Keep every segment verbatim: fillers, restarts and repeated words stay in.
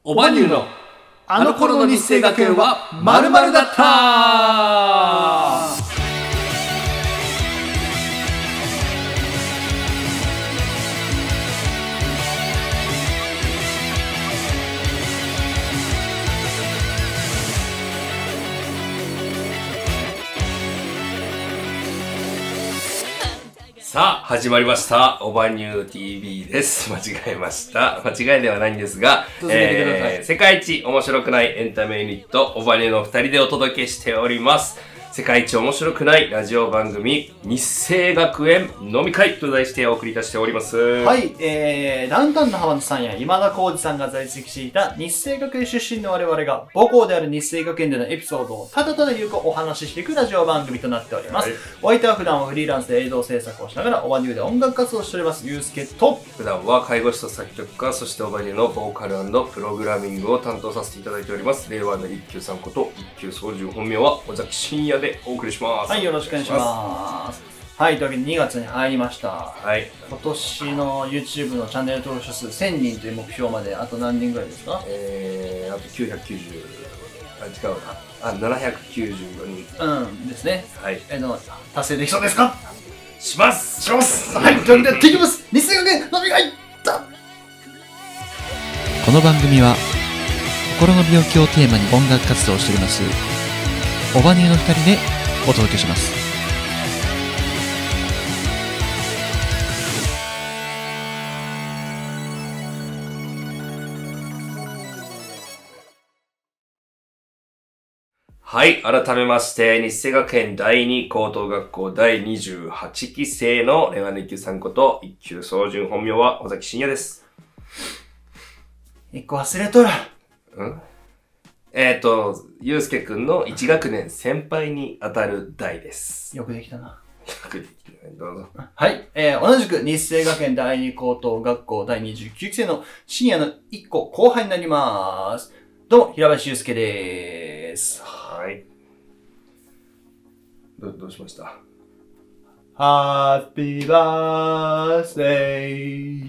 おばにゅうのあの頃の日生学園は〇〇だった。さあ始まりましたおばにゅう ティービー です。間違えました。間違いではないんですが、 続けてください。 えー、世界一面白くないエンタメユニットおばにゅうのふたりでお届けしております。世界一面白くないラジオ番組日生学園飲み会と題してお送りいたしております。 はい、えー、ダウンタウンの浜田さんや今田耕司さんが在籍していた日生学園出身の我々が母校である日生学園でのエピソードをただただゆるくお話ししていくラジオ番組となっております。はい、お相手は普段はフリーランスで映像制作をしながらおばにゅうで音楽活動をしておりますゆうすけと、 普段は介護士と作曲家、そしておばにゅうのボーカル&プログラミングを担当させていただいております令和の一休さんこと一休宗純、本名は尾崎真也でお送りします。 はい、よろしくお願いします。はい、というわけでにがつに入りました。 はい。 今年の YouTube のチャンネル登録者数せんにんという目標まであと何人ぐらいですか？ えー、あときゅうひゃくきゅうじゅう、あ、違うな。あ、ななひゃくきゅうじゅうよにん。 うんですね。 はい。 えの、達成できそうですか？ しますしますはい、というわけでやっていきます。日生学園飲み会だ。 この番組は心の病気をテーマに音楽活動をしておりますおばにゅうのふたりでお届けします。 はい、改めまして日生学園だいに高等学校だいにじゅうはちき生の令和の一休さんこと一休宗純、本名は尾崎真也です。 一個忘れとる。 うんえっ、ー、と、ゆうすけくんのいち学年先輩に当たる代です。 よくできたな。 よくできたね。どうぞ。 はい、えー、同じく日生学園だいに高等学校だいにじゅうきゅうき生の深夜のいっこ後輩になります。どうも、平林祐介でーす。 はい。ど、どうしました？ Happy birthday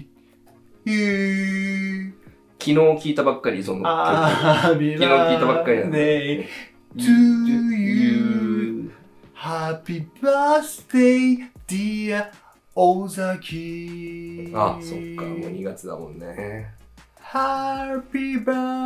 you。 昨日聞いたばっかり、その曲。昨日聞いたばっかりなんで。 to you Happy birthday dear 尾崎。 あ、そっか、もうにがつだもんね。 Happy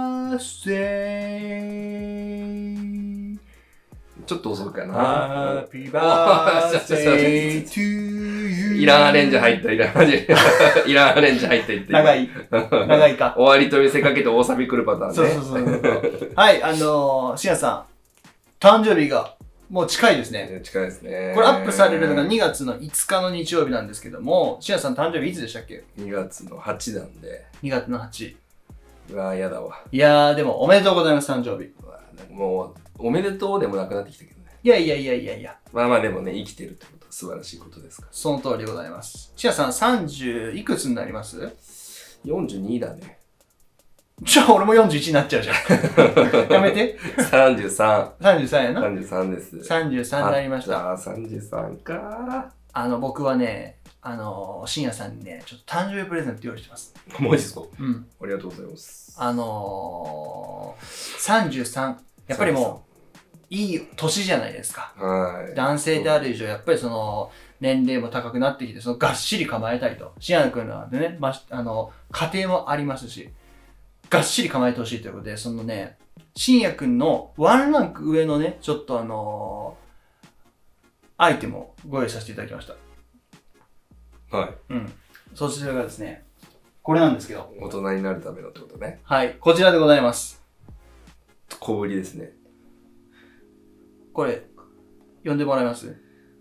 birthday ちょっと遅いかな。 Happy birthday to you。 いらんアレンジ入った、いらんアレンジ。いらんアレンジ入ったって。 長い長いか。 終わりと見せかけて大サビ来るパターンね。 そうそうそうそうはい、あのー、しんやさん、誕生日がもう近いですね。 近いですね。 これアップされるのがにがつのいつかの日曜日なんですけども、しんやさん誕生日いつでしたっけ？ にがつのはちなんで。 にがつのはち。 うわぁ、やだわ。 いやー、でもおめでとうございます、誕生日。 もう、おめでとうでもなくなってきたけどね。 いやいやいやいやいや。 まあまあでもね、生きてるってことは素晴らしいことですから。 その通りでございます。しんやさんさんじゅういくつになります？ よんじゅうにだね。 じゃあ俺もよんじゅういちになっちゃうじゃん。やめて。 さんじゅうさん。 さんじゅうさんやな。 さんじゅうさんです。 さんじゅうさんになりました。 あ、さんじゅうさんか。 あの、僕はね、あのー、深夜さんにね、ちょっと誕生日プレゼント用意してます。 マジですか？ うん。 ありがとうございます。 あのー、さんじゅうさん。やっぱりもう、いい年じゃないですか。 はい。 男性である以上、やっぱりその、年齢も高くなってきて、その、がっしり構えたいと。深夜くんはね、まし、あの、家庭もありますし、がっしり構えてほしいということで、そのね、深夜くんのワンランク上のね、ちょっとあのー、アイテムをご用意させていただきました。 はい。 うん。そちらがですね、これなんですけど。 大人になるためのってことね。 はい。こちらでございます。 小ぶりですね。 これ、読んでもらえます？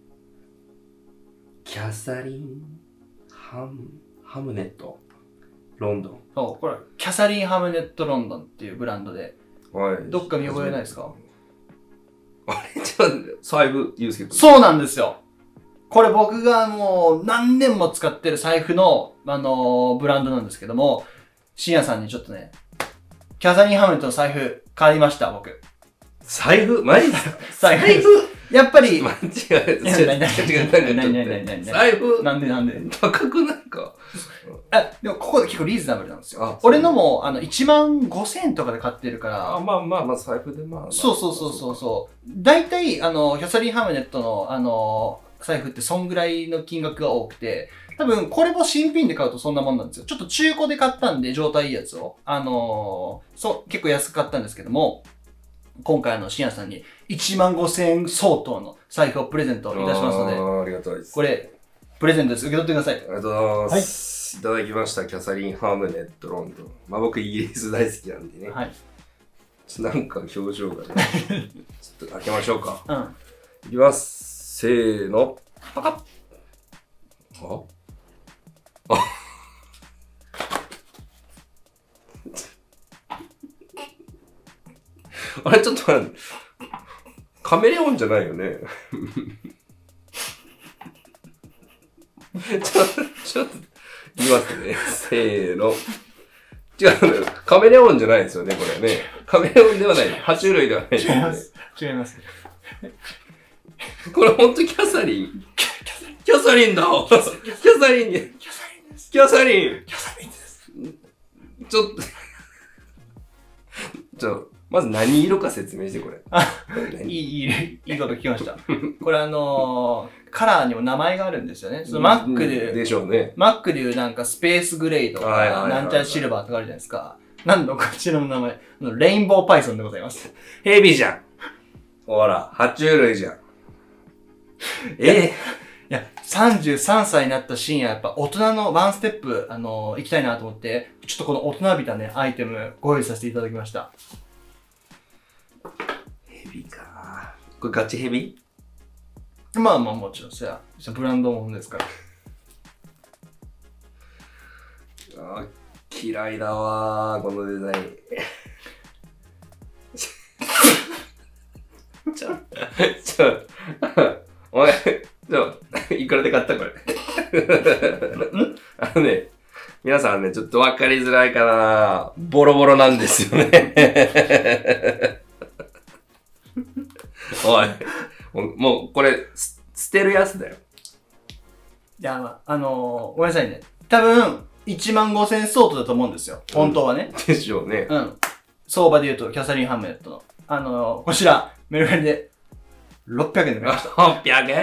キャサリン・ハム、ハムネット。ロンドン。 そう、これ、キャサリン・ハムネット・ロンドンっていうブランドで。 はい。 どっか見覚えないですか？ あれじゃあ、財布、ゆうすけくん。 そうなんですよ。これ僕がもう何年も使ってる財布の、あのー、ブランドなんですけども、深夜さんにちょっとね、キャサリン・ハムネットの財布買いました、僕。 財布マジですか？ 財布やっぱり、 間違えた。違う、違う、違う。財布、 なんでなんで高くないか。 あ、でもここで結構リーズナブルなんですよ。俺のも、あの、いちまんごせんとかで買ってるから。 あ、まあまあまあ、財布でまあ。 そうそうそうそうそう。大体、あの、キャサリン・ハムネットの、あの、財布ってそんぐらいの金額が多くて、多分、これも新品で買うとそんなもんなんですよ。ちょっと中古で買ったんで、状態いいやつを。あのー、そう、結構安く買ったんですけども、今回あの、深夜さんにいちまんごせんえん相当の財布をプレゼントいたしますので、 あありがとうです。 これ、プレゼントです。受け取ってください。 ありがとうございます。はい、いただきました。キャサリン・ハムネット・ロンドン。まあ僕、イギリス大好きなんでね。はい。なんか表情がね、ちょっと開けましょうか。うん。いきます。せーの。パカッ。あああれちょっと待って、カメレオンじゃないよね。ちょ、ちょっと、言いますね。せーの。違う、カメレオンじゃないですよね、これね。カメレオンではない。爬虫類ではないです、ね。 違います。違います。 これほんとキャサリン。キャサリンだキャサリンキャサリンです。キャサリンキャサリンです。ちょっと、ちょ、まず何色か説明してこれ。 あ、いい、いい、いいこと聞きました。これあのー、カラーにも名前があるんですよね。そのマックでいう、 でしょうね。 マックでいうなんかスペースグレーとか、なんちゃらシルバーとかあるじゃないですか。なんだこちらの名前、レインボーパイソンでございます。 ヘビじゃん。ほら、爬虫類じゃん。 えいや、さんじゅうさんさいになった深夜、やっぱ大人のワンステップ、あのー、行きたいなと思って、ちょっとこの大人びたね、アイテムご用意させていただきました。 ヘビかー。これガチヘビ？ まあまあもちろん、そや、ブランドものですから。 あー、嫌いだわー、このデザイン。ちょ、ちょ、お前、ちょ、いくらで買ったこれ。あのね、皆さんね、ちょっとわかりづらいかな。ボロボロなんですよね。おい、もうこれ、捨てるやつだよ。 いや、まあ、あのー、ごめんなさいね。多分、いちまんごせんえん相当だと思うんですよ。本当はね。 うん、でしょうね。 うん。相場で言うと、キャサリン・ハムネットの。あのー、こちら、メルカリで、ろっぴゃくえんで買いました。 ろっぴゃくえん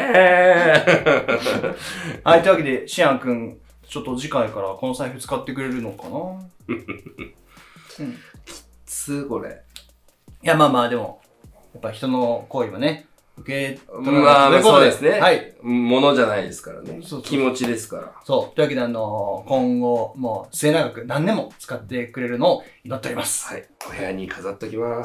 はい、というわけで、シアンくん、ちょっと次回からこの財布使ってくれるのかなうん。 きつこれ。 いや、まあまあ、でも、やっぱ人の行為はね、受け取らないということで。そうですね。 はい。 ものじゃないですからね。そうそう気持ちですから。 そう。というわけで、あのー、今後、もう末永く何年も使ってくれるのを祈っております。 はい。お部屋に飾っときます。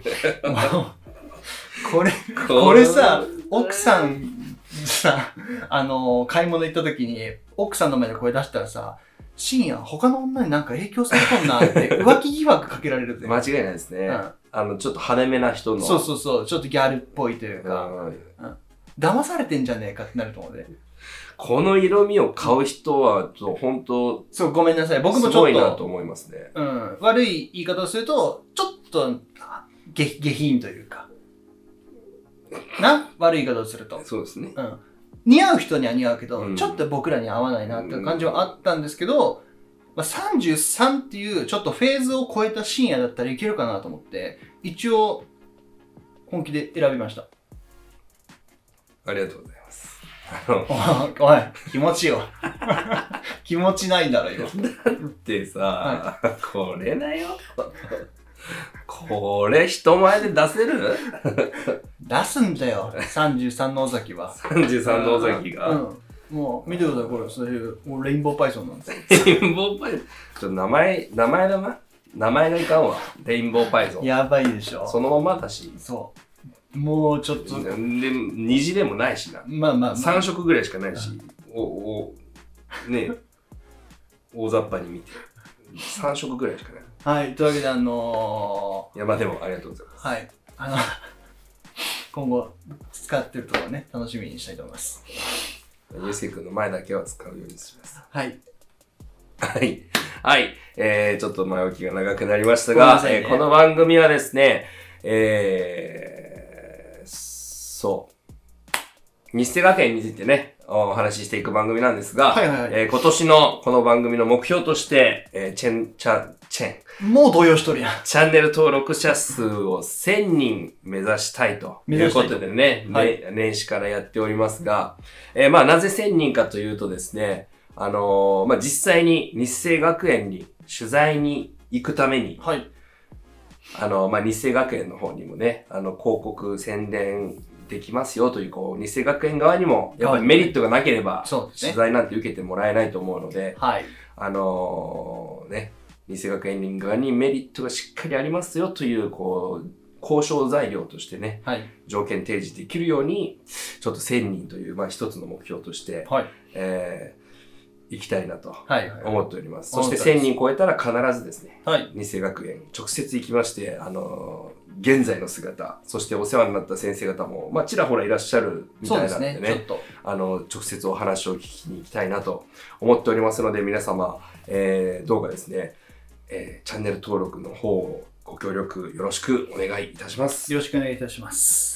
これ、これさ、奥さんさ、あのー、買い物行った時に、奥さんの前で声出したらさ、深夜、他の女になんか影響されとんなって、浮気疑惑かけられるぜ。 間違いないですね。うん、あの、ちょっと派手めな人の。 そうそうそう、ちょっとギャルっぽいというか、うん、騙されてんじゃねえかってなると思うね。 この色味を買う人は、ちょっと本当そう、ごめんなさい。僕もちょっと。 すごいなと思いますね。 うん。悪い言い方をすると、ちょっと、下、下品というか。な悪い言い方をすると。 そうですね。 うん。似合う人には似合うけど、うん、ちょっと僕らに合わないなっていう感じはあったんですけど、まあ、さんじゅうさんっていうちょっとフェーズを超えた深夜だったらいけるかなと思って、一応、本気で選びました。 ありがとうございます。 おい、気持ちよ。気持ちないんだろ、今。 だってさ、はい、これだよ。これ人前で出せる出すんだよ、さんじゅうさんの尾崎は。 さんじゅうさんの尾崎が、 うん、もう見てください、これ、そういう、もうレインボーパイソンなんですよ。 レインボーパイソンちょっと名前、名前だな。名前がいかんわ。レインボーパイソン。 やばいでしょ。 そのままだし。 そう。もうちょっと。 で、虹でもないしな。 まあまあ、まあ。 さん色ぐらいしかないし。お、お、ねえ。大雑把に見て。さん色ぐらいしかない。 はい、というわけであのー、いや、まあでもありがとうございます。 はい。あの、今後使ってるところね、楽しみにしたいと思います。 ゆうすけくんの前だけは使うようにします。 はい。 はい。はい。えー、ちょっと前置きが長くなりましたが、ねえー、この番組はですね、えー、 そう。日生学園についてね、お話ししていく番組なんですが、はいはいはい、えー、今年のこの番組の目標として、えー、チェン、チャ、チェン。もう動揺しとるやん。 チャンネル登録者数をせんにん目指したいということでね、はい、年始からやっておりますが、えー、まあなぜせんにんかというとですね、あのー、まあ実際に日生学園に取材に行くために、はい、あのー、まあ日生学園の方にもね、あの広告宣伝できますよという、こう、日生学園側にも、やっぱりメリットがなければ、取材なんて受けてもらえないと思うので、はい、あのー、ね、日生学園側にメリットがしっかりありますよという、こう、交渉材料としてね、はい、条件提示できるように、ちょっとせんにんという、まあ一つの目標として、はい、えー行きたいなと思っております。はいはいはい、そしてせんにん超えたら必ずですね、はい、日生学園直接行きまして、あのー、現在の姿、そしてお世話になった先生方も、まあ、ちらほらいらっしゃるみたいなんでね、そうですね、ちょっとあの、直接お話を聞きに行きたいなと思っておりますので、皆様、えー、どうかですね、えー、チャンネル登録の方をご協力よろしくお願いいたします。 よろしくお願いいたします。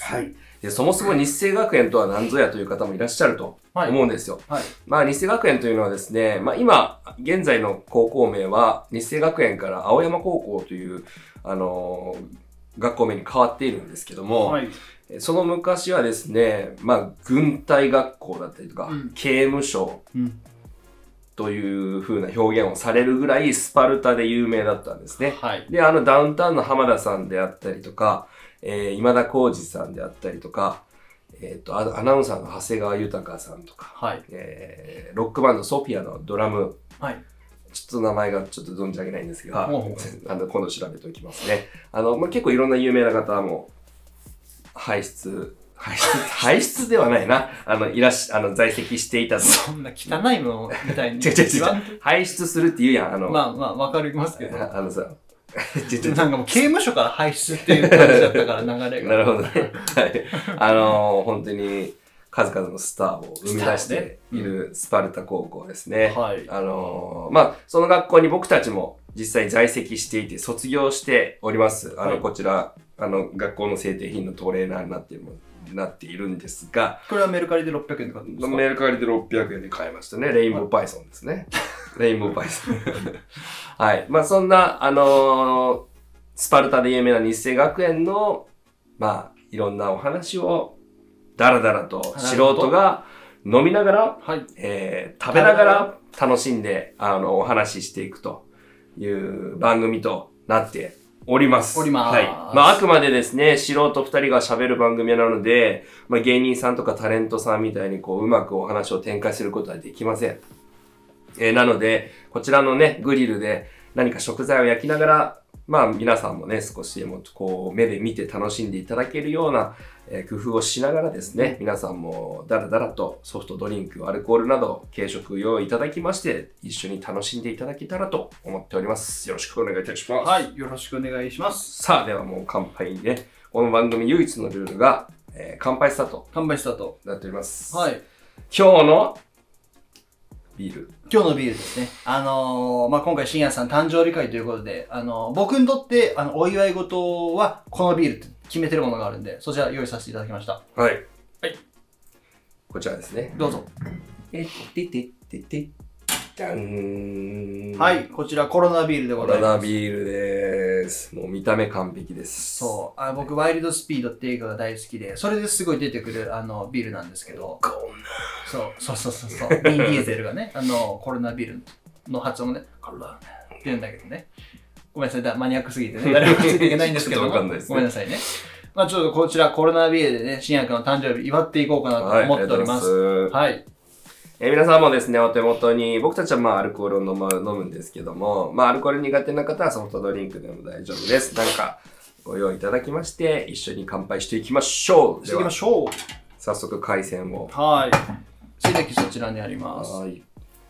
はい。でそもそも日生学園とは何ぞやという方もいらっしゃると思うんですよ。はいはい、まあ日生学園というのはですね、まあ今、現在の高校名は日生学園から青山高校という、あのー、学校名に変わっているんですけども、はい、その昔はですね、まあ軍隊学校だったりとか、うん、刑務所という風な表現をされるぐらいスパルタで有名だったんですね。はい、で、あのダウンタウンの浜田さんであったりとか、えー、今田耕司さんであったりとか、えっ、ー、と、アナウンサーの長谷川豊さんとか、はい、えー、ロックバンドソフィアのドラム、はい、ちょっと名前がちょっと存じ上げないんですが、あの今度調べておきますね。あの、まあ、結構いろんな有名な方も、輩出、輩出、輩出ではないな。あの、いらし、あの、在籍していたと。 そんな汚いものみたいに。 違う違う違う。輩出するって言うやん、あの。 まあまあ、わかりますけど。 あのさ、 なんかもう刑務所から排出っていう感じだったから流れが。 なるほどね。はい。あのー、本当に数々のスターを生み出しているスパルタ高校ですね。はい。あのー、まあ、その学校に僕たちも実際在籍していて卒業しております。あの、はい、こちら、あの、学校の制定品のトレーナーになっているなっているんですが。 これはメルカリでろっぴゃくえんで買ったんですか？ メルカリでろっぴゃくえんで買いましたね。レインボーパイソンですね。レインボーパイソン。はい。まあ、そんな、あのー、スパルタで有名な日生学園の、まあ、いろんなお話を、だらだらと素人が飲みながら、はい、えー、食べながら楽しんで、あの、お話ししていくという番組となっております。 おります。 はい。まあ、あくまでですね、素人二人が喋る番組なので、まあ、芸人さんとかタレントさんみたいにこう、うまくお話を展開することはできません。えー、なので、こちらのね、グリルで何か食材を焼きながら、まあ皆さんもね、少しでもこう目で見て楽しんでいただけるような、えー、工夫をしながらですね、皆さんもだらだらとソフトドリンク、アルコールなど軽食用意いただきまして、一緒に楽しんでいただけたらと思っております。よろしくお願いいたします。 はい、よろしくお願いします。 さあ、ではもう乾杯にね、この番組唯一のルールが、えー、乾杯スタート。 乾杯スタート。 なっております。 はい。 今日のビール。 今日のビールですね。あのー、まあ、今回、深夜さん誕生日会ということで、あのー、僕にとって、あの、お祝い事は、このビールって決めてるものがあるんで、そちら用意させていただきました。 はい。はい。こちらですね。 どうぞ。 えってってってってじゃん。 はい、こちらコロナビールでございます。 コロナビールです。もう見た目完璧です。 そう。あ僕、ワイルドスピードって映画が大好きで、それですごい出てくるあのビールなんですけど。 こんな。 そうそうそうそうそう。ビン・ディーゼルがね、あの、コロナビールの発音もね、コロナって言うんだけどね。ごめんなさい、だマニアックすぎてね、誰もついていけないんですけども。 ちょっとわかんないですね。 ごめんなさいね。まあちょっとこちらコロナビールでね、深夜君の誕生日祝っていこうかなと思っております。はい。 えー、皆さんもですね、お手元に、僕たちはまあアルコールを飲む、飲むんですけども、まあアルコール苦手な方はソフトドリンクでも大丈夫です。なんかご用意いただきまして、一緒に乾杯していきましょう。 していきましょう。 早速海鮮を。 はい。しいたけそちらにあります。はい。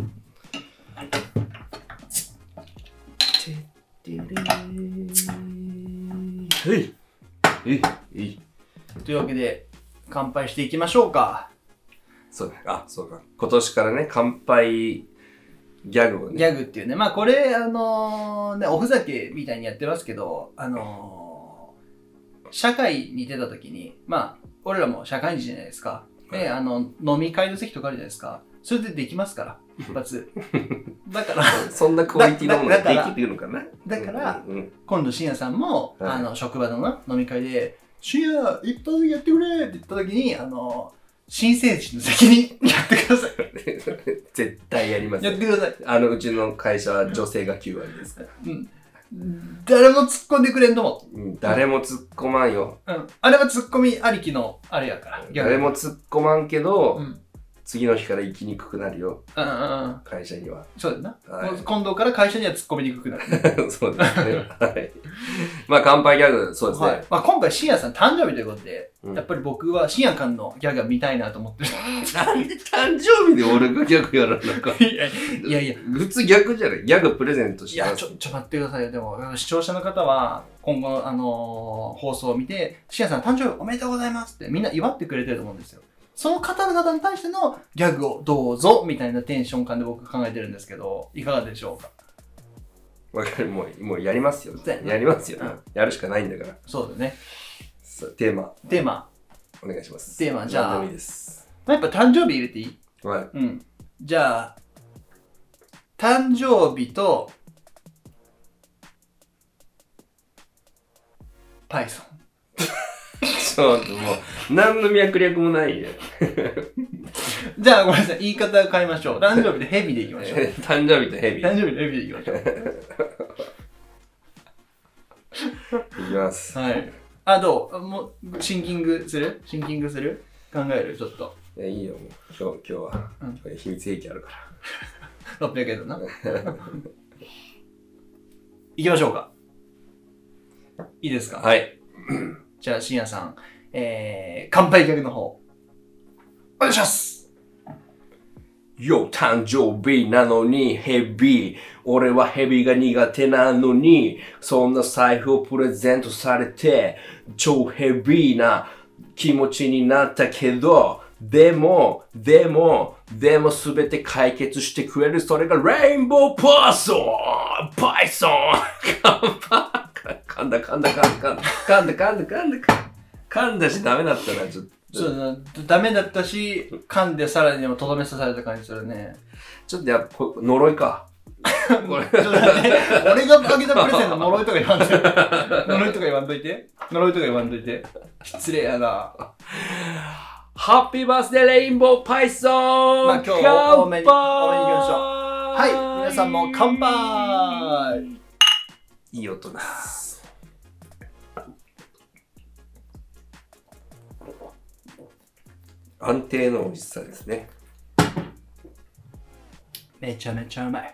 はい。えい。 というわけで、乾杯していきましょうか。 そうだ、あ、そうか。今年からね、乾杯ギャグをね。 ギャグっていうね。まあこれ、あのー、ね、おふざけみたいにやってますけど、あのー、 社会に出た時に、まあ、俺らも社会人じゃないですか。で、あの、飲み会の席とかあるじゃないですか。それでできますから、一発。だから、 そんなクオリティのものができるのかな。 だから、うんうん、今度、深夜さんも、はい、あの、職場のな飲み会で、深夜、一発やってくれって言った時に、あの、新生児の責任やってください。 絶対やりますよ。やってください。 あの、うちの会社は女性がきゅうわりですから。 うん。誰も突っ込んでくれんと思う。うん、誰も突っ込まんよ。 うん。あれは突っ込みありきのあれやから。 誰も突っ込まんけど、うん、次の日から行きにくくなるよ。 うんうんうん。 会社には。 そうだな。はい、今度から会社には突っ込みにくくなる。 そうですね。はい。まあ、乾杯ギャグ、そうですね。はい、 まあ、今回、深夜さん誕生日ということで、うん、やっぱり僕は深夜間のギャグが見たいなと思ってる。 なんで誕生日で俺がギャグやらなかいやいやいや。 普通逆じゃない。ギャグプレゼントしてます。 いや、ちょ、ちょ待ってくださいよ。でも、視聴者の方は、今後、あのー、放送を見て、深夜さん誕生日おめでとうございますってみんな祝ってくれてると思うんですよ。その方々に対してのギャグをどうぞみたいなテンション感で僕考えてるんですけど、いかがでしょうか。 わかる。もう、もうやりますよ。やりますよ、ねうん。やるしかないんだから。 そうだね。 テーマ。 テーマ。 お願いします。 テーマ、じゃあ。 いいです。 やっぱ誕生日入れていい？ はい。 うん。じゃあ、誕生日と、パイソン。 ちょっともう、何の脈絡もないよ。 じゃあ、ごめんなさい。言い方変えましょう。誕生日でヘビでいきましょう。 誕生日とヘビ。 誕生日とヘビでいきましょう。 いきます。 はい。あ、どうもう、シンキングするシンキングする考えるちょっと。 いや、いいよ、もう。今日、今日は。うん、秘密兵器あるから。 ろっぴゃくえんだな。いきましょうか。いいですか？ はい。 じゃあ、深夜さん、えー、乾杯ギャグの方、お願いします。 よ、誕生日なのにヘビ。俺はヘビが苦手なのに、そんな財布をプレゼントされて、超ヘビーな気持ちになったけど、でも、でも、でもすべて解決してくれる、それがレインボーパーソンパイソン乾杯噛んだ噛んだ噛んだ噛んだ噛んだ噛んだ噛んだ噛んだしダメだったな、ちょっと。 そうだな、ダメだったし、噛んでさらにもとどめ刺された感じするね。 ちょっとやっぱ、呪いか。 これ。ちょっと待って、俺があげたプレゼント呪いとか言わんといて。呪いとか言わんといて。呪いとか言わんといて。失礼やな。 ハッピーバースデーレインボーパイソン。 まあ今日多めに、多めに行きましょう。はい、皆さんも乾杯。 いい音です。安定の美味しさですね。 めちゃめちゃうまい。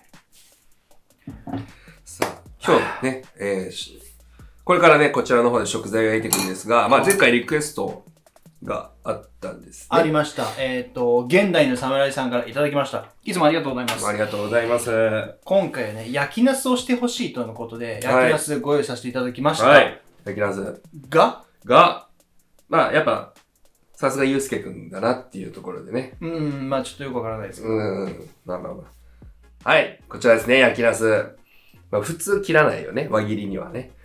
さあ、今日ね、えー、これからね、こちらの方で食材を焼いていくんですが、まあ前回リクエストがあったんですね。 ありました。えっと、現代の侍さんからいただきました。いつもありがとうございます。 ありがとうございます。 今回はね、焼きナスをしてほしいとのことで、焼きナスご用意させていただきました。 はい。焼きナス。 がが、まあやっぱ、さすがゆうすけくんだなっていうところでね。 うん、まあちょっとよくわからないですけど。 うん、まあまあまあ。はい、こちらですね、焼きナス。まあ普通切らないよね、輪切りにはね。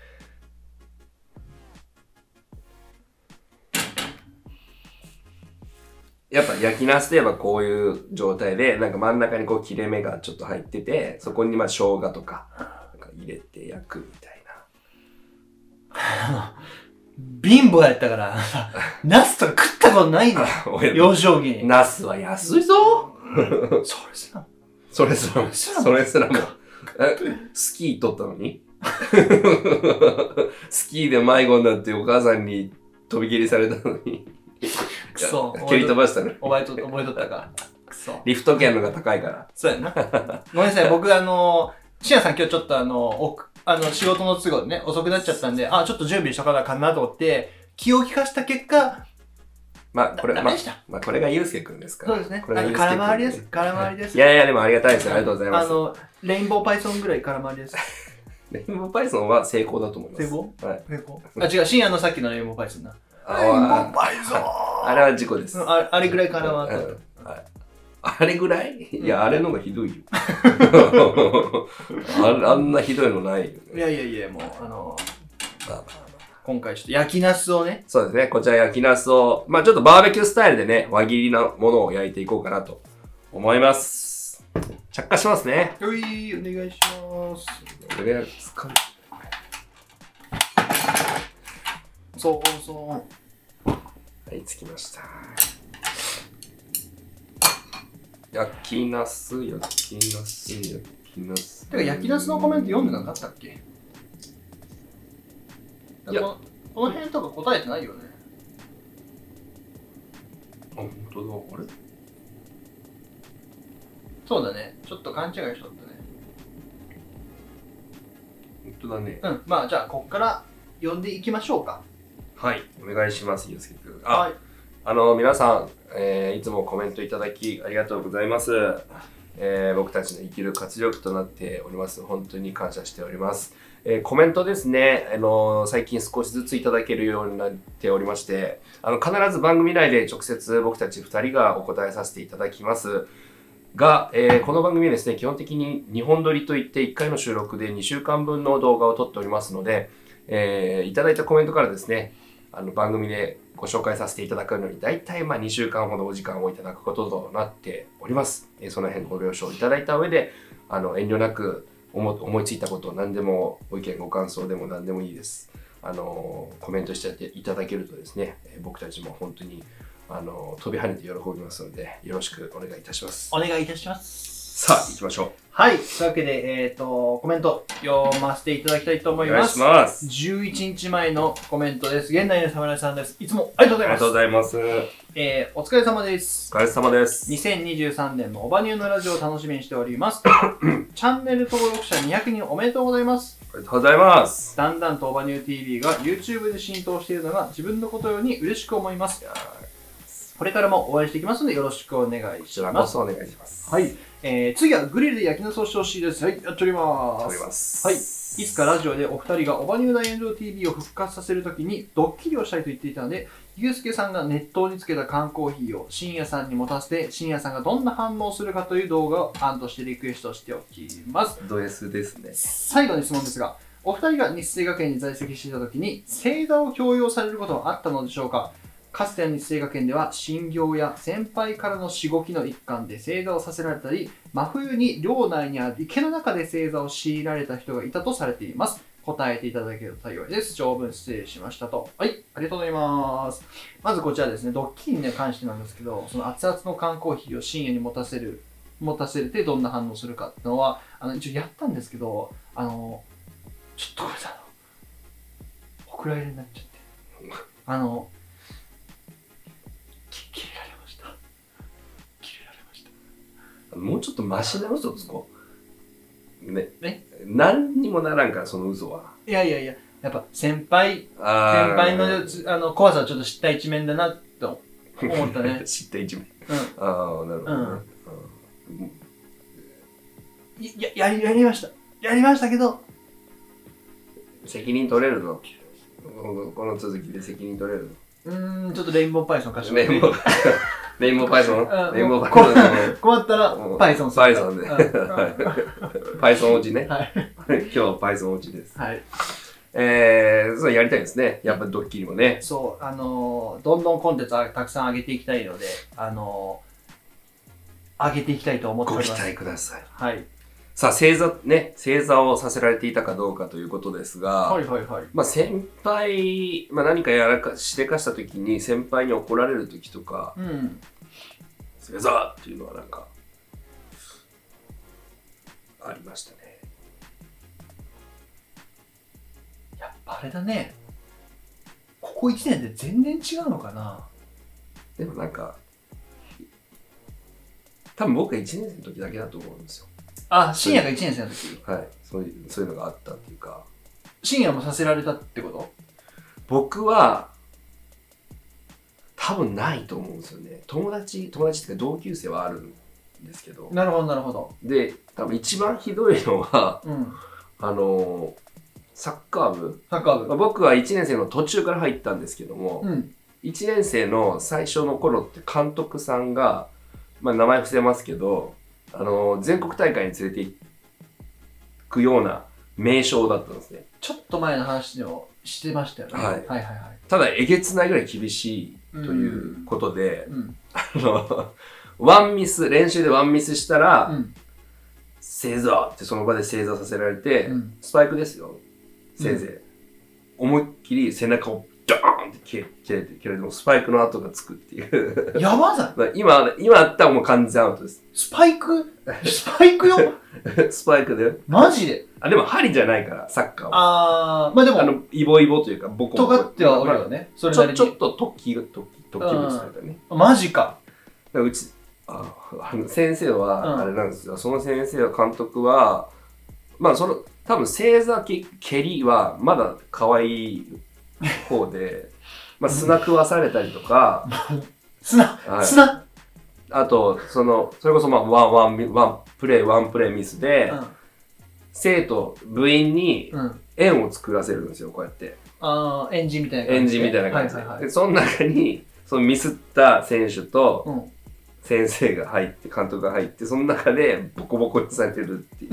やっぱ焼きナスといえばこういう状態で、なんか真ん中にこう切れ目がちょっと入ってて、そこにまあ生姜とか、なんか入れて焼くみたいな。貧乏やったから、ナスとか食ったことないの。幼少期に。 ナスは安いぞ。 それすらも。 それすらも。それすらも。スキー取ったのにスキーで迷子になってお母さんに飛び蹴りされたのに。 くそ。 蹴り飛ばしたの。 覚えと、覚えとったか。くそ。 リフト券のが高いから。 そうやな。ごめんなさい、僕あの、しんやさん今日ちょっとあの、おあの、仕事の都合でね、遅くなっちゃったんで、あ、ちょっと準備しとかなあかんなと思って、気を利かした結果、 まあ、これ、まあ、まあ、これがゆうすけくんですから。 そうですね。これがゆうすけくん。空回りです。空回りです。 いやいや、でもありがたいです。ありがとうございます。 あの、レインボーパイソンぐらい空回りです。 レインボーパイソンは成功だと思います。 成功はい。 成功あ、違う、深夜のさっきのレインボーパイソンな。 レインボーパイソンあれは事故です。 ああれぐらい空回った。 あれぐらいいや、あれの方がひどいよ。あ, あんなひどいのないよね。 いやいやいや、もう、あの、 まあまあまあ。 今回ちょっと焼きナスをね。 そうですね。こちら焼きナスを、まあちょっとバーベキュースタイルでね、輪切りなものを焼いていこうかなと思います。着火しますね。 はい、お願いします。 お願いします。 そうそう。 はい、着きました。焼きナス、焼きナス、焼きナス。 てか、焼きナスのコメント読んでなかったっけ？いや、この、この辺とか答えてないよね。 あ、本当だ。あれ？ そうだね。ちょっと勘違いしとったね。 本当だね。 うん。まあ、じゃあ、こっから読んでいきましょうか。 はい。お願いします、ゆうすけくん。あ、 はい。 あの、皆さん、えー、いつもコメントいただきありがとうございます。えー、僕たちの生きる活力となっております。本当に感謝しております。えー、コメントですね、あのー、最近少しずついただけるようになっておりまして、あの、必ず番組内で直接僕たちふたりがお答えさせていただきますが、えー、この番組はですね、基本的ににほん撮りといっていっかいの収録でにしゅうかんぶんの動画を撮っておりますので、えー、いただいたコメントからですね、あの番組でご紹介させていただくのに、だいたいまあにしゅうかんほどお時間をいただくこととなっております。えー、その辺ご了承いただいた上で、あの遠慮なく思思いついたことを何でもご意見ご感想でも何でもいいです。あのコメントしていただけるとですね、えー、僕たちも本当にあの飛び跳ねて喜びますので、よろしくお願いいたします。 お願いいたします。 さあ行きましょう。 はい。というわけで、えっ、ー、と、コメント読ませていただきたいと思います。 お願いします。 じゅういちにちまえのコメントです。現代の侍さんです。いつもありがとうございます。 ありがとうございます。 えー、お疲れ様です。 お疲れ様です。 にせんにじゅうさんねんのオバニューのラジオを楽しみにしております。チャンネル登録者にひゃくにんおめでとうございます。 ありがとうございます。 だんだんとオバニュー ティービー が YouTube で浸透しているのが自分のことように嬉しく思います。これからもお会いしていきますのでよろしくお願いします。こちらこそお願いします。 はい。えー、次はグリルで焼きナスをしてほしいです。はい、やっております。 やっております。 はい。いつかラジオでお二人がオバニュー大炎上 ティービー を復活させるときにドッキリをしたいと言っていたので、ゆうすけさんが熱湯につけた缶コーヒーを深夜さんに持たせて、深夜さんがどんな反応をするかという動画を案としてリクエストしておきます。 ド S ですね。 最後の質問ですが、お二人が日生学園に在籍していたときに正座を強要されることはあったのでしょうか？かつての日生学園では新業や先輩からのしごきの一環で正座をさせられたり、真冬に寮内にある池の中で正座を強いられた人がいたとされています。答えていただけると幸いです。長文失礼しましたと。はい、ありがとうございます。まずこちらですね、ドッキリに関してなんですけど、その熱々の缶コーヒーを深夜に持たせる、持たせてどんな反応するかっていうのは、あの一応やったんですけど、あの、ちょっとこれさ、お蔵入れになっちゃって。あの、切れられました。切れられました。 もうちょっとマシな嘘つこう。ね。 ね。 何にもならんから、その嘘は。 いやいやいや、やっぱ先輩、先輩のあの怖さをちょっと知った一面だなと思ったね。 知った一面。 うん。 ああ、なるほどね。 うん、いや、やり、やりました。やりましたけど、 責任取れるの？この続きで責任取れるの？ うーん、ちょっとレインボーパイソン貸してレインボー、レインボーパイソン？レインボーパイソン。困ったら、パイソン。 パイソンで。パイソン落ちね。 はい。 今日パイソン落ちです。 はい。 えー、そうやりたいですね。やっぱドッキリもね。 そう、あのー、どんどんコンテンツたくさん上げていきたいので、あのー、上げていきたいと思っております。 ご期待ください。 はい。 さあ、正座、ね、正座をさせられていたかどうかということですが、 はいはいはい。 まあ先輩、まあ何かやらか、しでかした時に先輩に怒られる時とか、 うん。 正座っていうのはなんか、ありましたね。 やっぱあれだね。ここいちねんで全然違うのかな。 でもなんか、多分僕がいちねん生の時だけだと思うんですよ。 あ、深夜がいちねん生の時？ はい。そういう、そういうのがあったっていうか。 深夜もさせられたってこと？ 僕は、多分ないと思うんですよね。友達、友達っていうか同級生はあるんですけど。 なるほど、なるほど。 で、多分一番ひどいのは、 うん、 あの、サッカー部。 サッカー部。 まあ、僕はいちねん生の途中から入ったんですけども、うん、いちねん生の最初の頃って監督さんが、まあ名前伏せますけど、あの、全国大会に連れて行くような名称だったんですね。 ちょっと前の話でもしてましたよね。 はい。 はいはいはい。 ただ、えげつないぐらい厳しいということで、 うん、 あの、ワンミス、練習でワンミスしたら、うん、正座ってその場で正座させられて、うん、スパイクですよ、先生。うん、思いっきり背中をドーンって切れ切れて、切れてもスパイクの跡がつくっていう。 やばさ今、今あったらもう完全アウトです。 スパイクスパイクよスパイクだよ。 マジであ、でも針じゃないから、サッカーは。 あー、まあでも。 あの、イボイボというか、ボコボコ。 尖ってはおるよね。 それなりに。ちょ、ちょっと突起、突起、突起物というかね。 マジか。 うち、ああの先生は、あれなんですよ、うん、その先生は、監督は、まあ、その、多分正座蹴りは、まだ可愛い方で、まあ、砂食わされたりとか、 砂、はい、砂あと、その、それこそ、まあ、ワン、ワン、ワンプレイ、ワンプレイミスで、うん、生徒、部員に円を作らせるんですよ、こうやって。 ああ、円陣みたいな感じで。 円陣みたいな感じで。はいはいはい、で、その中に、そのミスった選手と、うん、先生が入って、監督が入って、その中でボコボコにされてるっていう。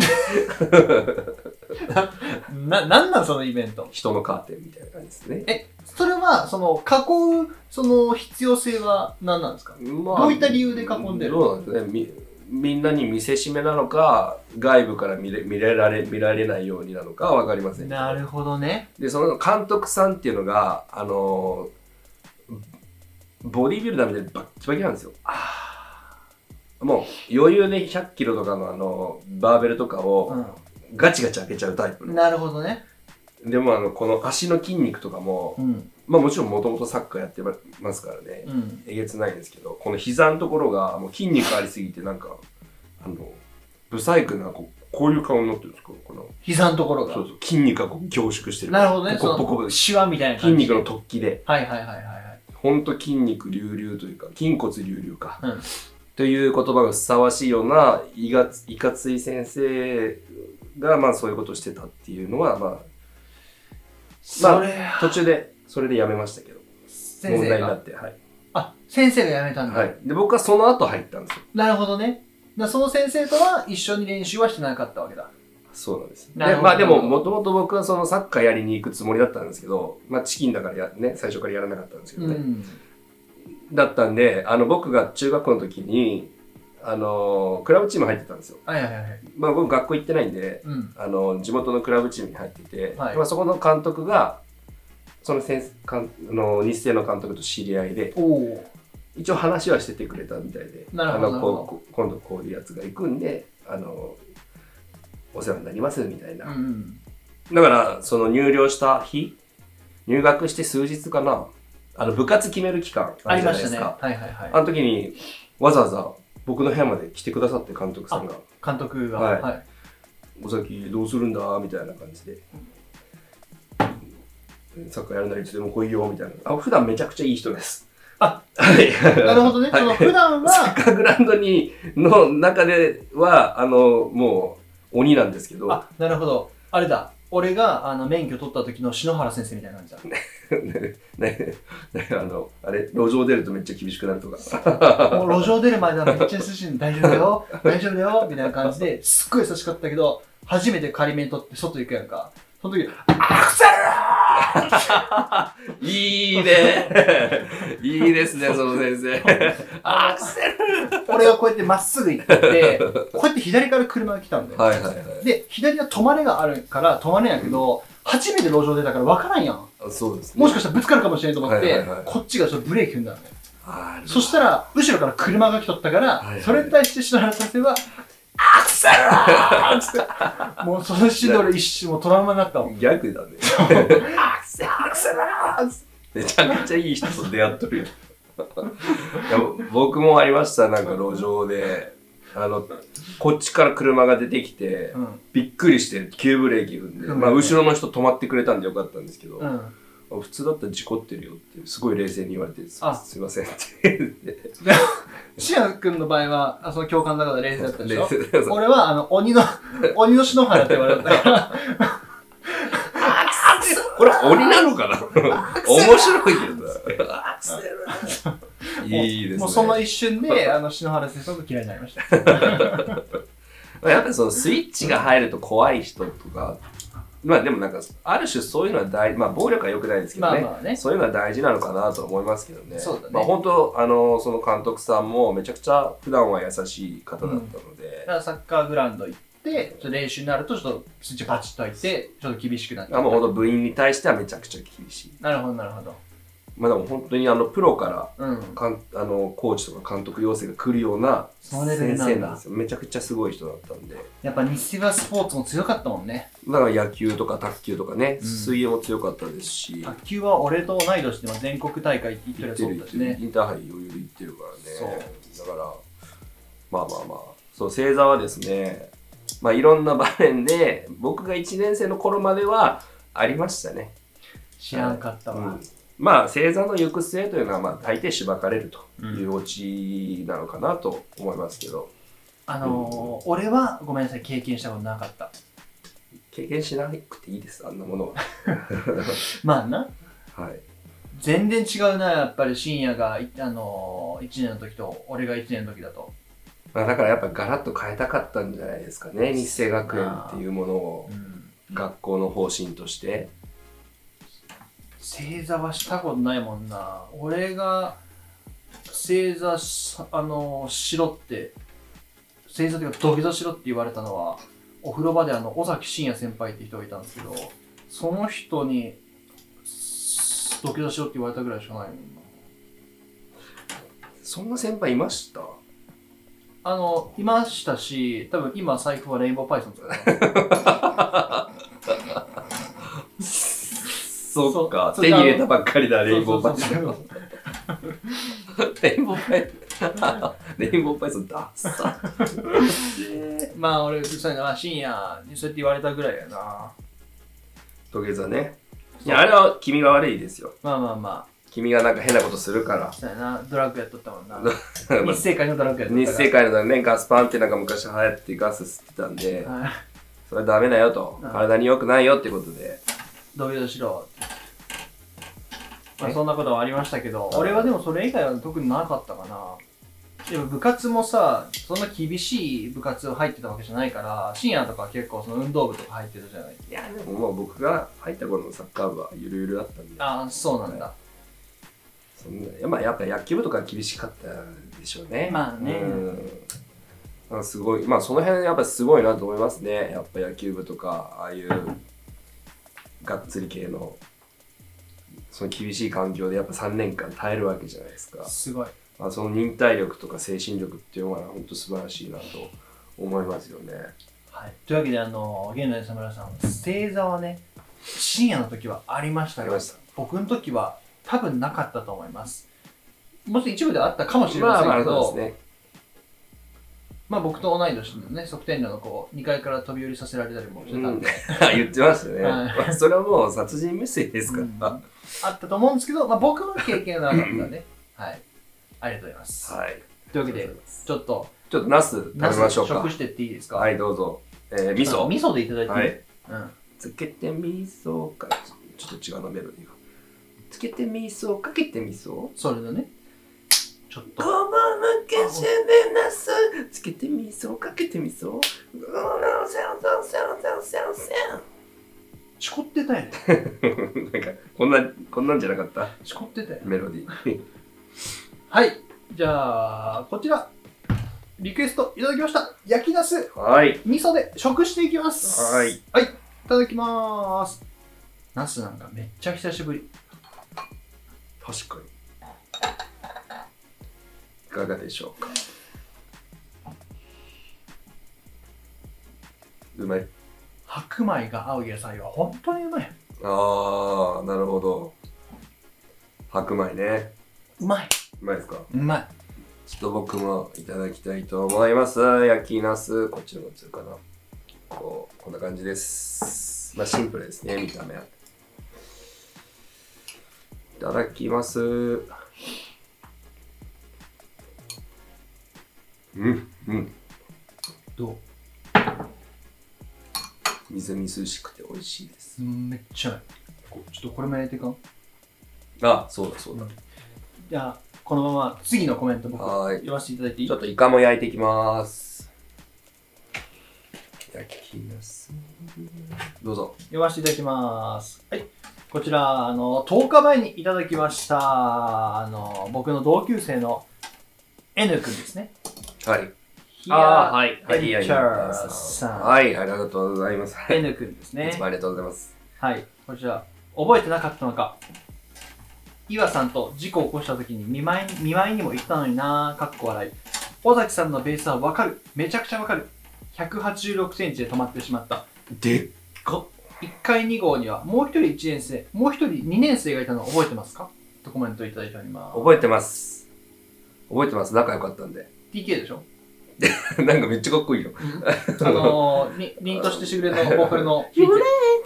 な、なんなんそのイベント。 人のカーテンみたいな感じですね。 え、それは、その、囲う、その必要性は何なんですか、まあ、どういった理由で囲んでるの？ どうなんですかね。み、みんなに見せしめなのか、外部から見れ、見れられ、見られないようになのかはわかりません。 なるほどね。 で、その監督さんっていうのが、あのー、ボディビルダーみたいにバッキバキなんですよ。もう余裕でひゃっキロとかのあのバーベルとかをガチガチ開けちゃうタイプの。 なるほどね。 でもあのこの足の筋肉とかも、うん、まあもちろんもともとサッカーやってますからね、うん、えげつないんですけど、この膝のところがもう筋肉ありすぎてなんかあのブサイクなこう、こういう顔になってるんですか、この膝のところが。 そうそう、筋肉がこう凝縮してる。 なるほどね。 ポコポコでシワみたいな感じ。筋肉の突起で。 はいはいはいはいはい。 ほんと筋肉隆々というか筋骨隆々か。うん、という言葉がふさわしいようないがいかつい先生がまあそういうことをしてたっていうのはまあまあ途中でそれでやめましたけど問題になって、はい、 あ、先生がやめたんだ。 はい。で僕はその後入ったんですよ。 なるほどね。だその先生とは一緒に練習はしてなかったわけだ。 そうなんです。でまあでももともと僕はそのサッカーやりに行くつもりだったんですけど、まあチキンだからやね最初からやらなかったんですけどね。うん、だったんで、あの僕が中学校の時にあのクラブチーム入ってたんですよ。 はいはいはい。 まあ僕学校行ってないんで、うん、あの地元のクラブチームに入っていて、はい、まあそこの監督がその先生かんあの日生の監督と知り合いで、お一応話はしててくれたみたいで、 なるほどあのこう今度こういうやつが行くんで、あのお世話になりますみたいな。うん、だからその入寮した日、入学して数日かな。あの部活決める期間あるじゃないですか。 ありましたね。はいはいはい。 あの時にわざわざ僕の部屋まで来てくださって監督さんが。 監督が。 はい。はい、お先どうするんだみたいな感じで。サッカーやるならいつでも来いよみたいな。あ、普段めちゃくちゃいい人です。 あ、はい。なるほどね。はい、その普段は。 サッカーグラウンドに、の中では、あの、もう鬼なんですけど。 あ、なるほど。あれだ。俺があの免許取った時の篠原先生みたいな感じだ。 ね、ね、ね、あの、あれ、路上出るとめっちゃ厳しくなるとか。 もう路上出る前ではめっちゃ優しいの、大丈夫だよ、大丈夫だよ、みたいな感じですっごい優しかったけど、初めて仮免取って外行くやんか。その時、アクセルいいねいいですね、その先生。アクセル俺がこうやってまっすぐ行って、こうやって左から車が来たんだよ。 はいはいはい。 で、左は止まれがあるから止まれんやけど、うん、初めて路上出たから分からんやん。 そうですね。 もしかしたらぶつかるかもしれんと思って、はいはいはい、こっちがちょっとブレーキ踏んだのね。そしたら、後ろから車が来とったから、はいはい、それに対して篠原先生は、アクセルーつってもうそのシーンで俺一瞬もうトラウマになったもん。 逆だね。アクセルアクセルーめちゃくちゃいい人と出会っとるよ。いや僕もありました、なんか路上で。あの、こっちから車が出てきて、うん、びっくりして急ブレーキ踏んで、うん、まあ後ろの人止まってくれたんでよかったんですけど、うん、普通だったら事故ってるよってすごい冷静に言われて、すいませんって言って。 シア君の場合は、あその教官の中で冷静だったでしょ。俺は、あの、鬼の、鬼の篠原って言われたから。 これ鬼なのかな面白いけどな。アクセルいいですね。 もうその一瞬で、あの、篠原先生が嫌いになりました。 やっぱりそのスイッチが入ると怖い人とかまあでもなんか、ある種そういうのは大事、まあ暴力は良くないですけどね。まあまあね。そういうのは大事なのかなと思いますけどね。 そうだね。 まあ本当、あの、その監督さんもめちゃくちゃ普段は優しい方だったので。うん、 だからサッカーグラウンド行って、ちょっと練習になるとちょっとスイッチパチッと開いて、ちょっと厳しくなって。 あ、もう本当部員に対してはめちゃくちゃ厳しい。 なるほど、なるほど。 まあでも本当にあのプロから、 うん、 かんあのコーチとか監督養成が来るような先生なんですよ。めちゃくちゃすごい人だったんで。 やっぱ日清スポーツも強かったもんね。 だから野球とか卓球とかね、うん、水泳も強かったですし。 卓球は俺と同い年でも全国大会行ってるやつだったしね。 インターハイ余裕で行ってるからね。そう。だから、まあまあまあ、そう、星座はですね、まあいろんな場面で、僕がいちねん生の頃まではありましたね。 知らんかったわ。うんまあ、星座の行く末というのは、まあ、大抵しばかれるというオチなのかなと思いますけど。 うん、あのーうん、俺はごめんなさい、経験したことなかった。 経験しなくていいです、あんなものは。 まあな。 はい。 全然違うな、やっぱり深夜が、あのー、いちねんの時と、俺がいちねんの時だと。 まあ、だからやっぱガラッと変えたかったんじゃないですかね、日生学園っていうものを、うん、学校の方針として。 正座はしたことないもんな。俺が正座あのしろって正座というか土下座しろって言われたのはお風呂場であの尾崎真也先輩って人がいたんですけど、その人に土下座しろって言われたぐらいしかないもんな。 そんな先輩いました？ あのいましたし、多分今財布はレインボーパイソンとかそうか、手に入れたばっかりだ、レインボーパイソン。レインボーパイソン。レインボーパイソンダッサ。 まあ俺、そういうのは深夜にそうやって言われたぐらいやな。 土下座ね。いや、あれは君が悪いですよ。 まあまあまあ。 君がなんか変なことするから。 そうやな、ドラッグやっとったもんな。日生会のドラッグやっとった。 日生会のね、ガスパンってなんか昔流行ってガス吸ってたんで、それダメだよと。体に良くないよってことで。 土下座しろ。まあそんなことはありましたけど、俺はでもそれ以外は特になかったかな。でも部活もさ、そんな厳しい部活入ってたわけじゃないから、深夜とか結構その運動部とか入ってるじゃない。 いやでももう僕が入った頃のサッカー部はゆるゆるだったんで。 ああ、そうなんだ。はい、 そんな、まあやっぱ野球部とか厳しかったでしょうね。 まあね。 うん。すごい、まあその辺やっぱすごいなと思いますね。やっぱ野球部とか、ああいうがっつり系の。その厳しい環境でやっぱさんねんかん耐えるわけじゃないですか。 すごい。 まあ、その忍耐力とか精神力っていうのは本当素晴らしいなと思いますよね。 はい。というわけで、あの、現代侍さん、正座はね、深夜の時はありましたが、僕の時は多分なかったと思います。もし一部であったかもしれませんけど、まあ、まあそうですね。まあ僕と同い年のね、側転寮の子、にかいから飛び降りさせられたりもしてたんで。 うん、言ってましたね。はい、それはもう殺人未遂ですから、うん。 あったと思うんですけど、まあ僕の経験はなかったね。はい。ありがとうございます。 はい。 というわけで、ちょっと、 ちょっとナス食べましょうか。 食してっていいですか？ はい、どうぞ。えー、味噌。 味噌でいただいていい？はい。 うん。つけて味噌か、ちょっと違うな、メロディーが。つけて味噌、かけて味噌？ それだね。ちょっと。 こまむけしでなす。つけて味噌、かけて味噌。うん、せんせんせんせんせんせん。 しこってたよね。 なんか、こんな、こんなんじゃなかった？ しこってたよ。 メロディー。 はい。じゃあ、こちら、リクエストいただきました。焼きナス。 はい。 味噌で食していきます。 はい。 はい。いただきまーす。ナスなんかめっちゃ久しぶり。 確かに。いかがでしょうか。うまい。 白米が合う野菜は本当にうまい。 ああ、なるほど。白米ね。 うまい。 うまいですか？ うまい。 ちょっと僕もいただきたいと思います。焼きナス、こっちの方が強いかな。こう、こんな感じです。まあシンプルですね、見た目。いただきます。うん、うん。 どう？ みずみずしくて美味しいです。 うん、めっちゃうまい。ちょっとこれも入れていかん？ あ、そうだそうだ。うん、 じゃあ、このまま次のコメント僕言わせていただいていい？ ちょっとイカも焼いていきます。 だきます。どうぞ。 読ませていただきます。はい。こちら、あの、とおかまえにいただきました、あの、僕の同級生の N 君ですね。 はい。 ああ、はい。 はい。エンチャーさん。 はい、ありがとうございます。 N 君ですね。 いつもありがとうございます。 はい。こちら、覚えてなかったのか。岩さんと事故を起こした時に見舞いに、見舞いにも行ったのになぁ、かっこ笑い。尾崎さんのベースはわかる。めちゃくちゃわかる。ひゃくはちじゅうろくセンチで止まってしまった。 でっか。 いっかいに号にはもう一人いちねん生、もう一人にねん生がいたのを覚えてますかとコメントいただいております。 覚えてます。覚えてます。仲良かったんで。 ティーケー でしょなんかめっちゃかっこいいよ。 あのー、に、凛としてしぐれのボーカルの ティーケー。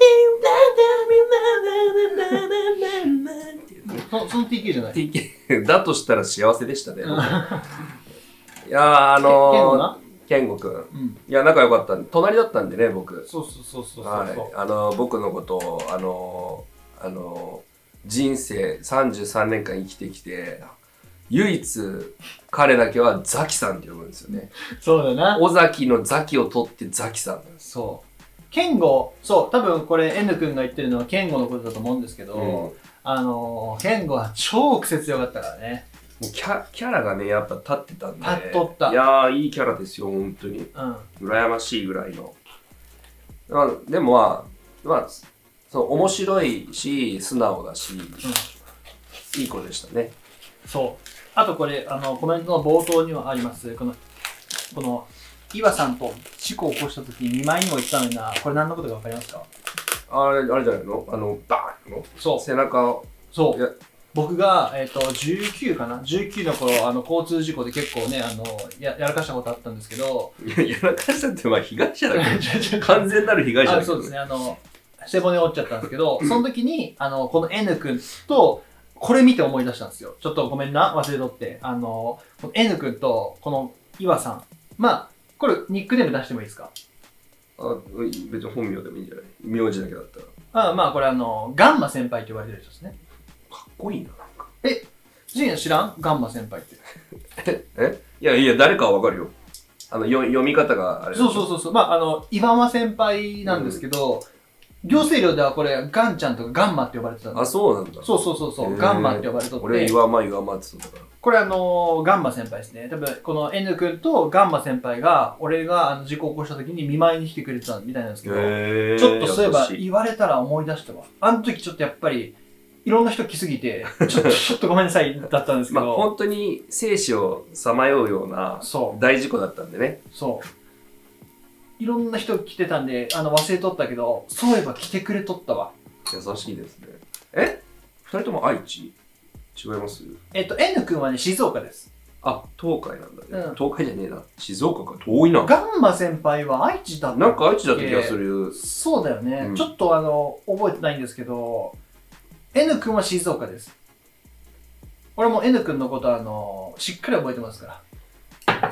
そ, その ティーケー じゃないティーケー だとしたら幸せでしたね。いやー、あのー、健吾くん、うん、いや仲良かったんで、隣だったんでね、僕。 そうそうそうそうそう、 はい、あのー、僕のことをあのー、あのー、人生さんじゅうさんねんかん生きてきて唯一彼だけはザキさんって呼ぶんですよね。 そうだな。 尾崎のザキを取ってザキさんなんです。 そう。健吾、そう、多分これ N 君が言ってるのは健吾のことだと思うんですけど、うん、あのー、健吾は超癖強かったからね。 もうキャ、キャラがね、やっぱ立ってたんで。 立っとった。 いやー、いいキャラですよ、本当に。うん。羨ましいぐらいの。まあ、でもまあ、まあ、そう、面白いし、素直だし、うん、いい子でしたね。 そう。あとこれ、あの、コメントの冒頭にはあります、この、この、岩さんと事故を起こした時に見舞いにも行ったのにな、これ何のことか分かりますか？ あれ、あれじゃないの？あの、バーンの？ そう。 背中を。 そう。僕が、えっと、じゅうきゅうかな ?じゅうきゅう の頃、あの、交通事故で結構ね、あの、や、やらかしたことあったんですけど。 いや、やらかしたって、まあ、被害者だけど、完全なる被害者だけど。そうですね、あの、背骨折っちゃったんですけど、その時に、あの、この N 君と、これ見て思い出したんですよ。ちょっとごめんな、忘れとって。あの、この N 君と、この岩さん。まあ、これ、ニックネーム出してもいいですか？ あ、別に本名でもいいんじゃない？名字だけだったら。 あまあ、これあの、ガンマ先輩って言われてる人ですね。 かっこいいな、なんか。 え、ジン知らん？ガンマ先輩って。 ええいやいや、誰かはわかるよ。あの、よ読み方があれ。 そうそうそうそう。まあ、あの、岩間先輩なんですけど、うん行政寮ではこれ、ガンちゃんとかガンマって呼ばれてたんです。 あ、そうなんだ。 そうそうそうそう、ガンマって呼ばれとって。 俺、岩間岩間って言ったから。 これあのー、ガンマ先輩ですね。多分、この N 君とガンマ先輩が、俺があの事故を起こした時に見舞いに来てくれてたみたいなんですけど、ちょっとそういえば言われたら思い出したわ。あの時ちょっとやっぱり、いろんな人来すぎて、ちょっと、ちょっとごめんなさいだったんですけど。 まあ本当に生死をさまようような大事故だったんでね。 そう。いろんな人来てたんで、あの忘れとったけど、そういえば来てくれとったわ。 優しいですね。え二人とも愛知？違います？ えっと、N 君はね、静岡です。 あ、東海なんだね。うん、東海じゃねえな。静岡か。遠いな。 ガンマ先輩は愛知だったっけ？ なんか愛知だった気がする。 そうだよね。うん、ちょっとあの、覚えてないんですけど、N 君は静岡です。俺も N 君のことあの、しっかり覚えてますから。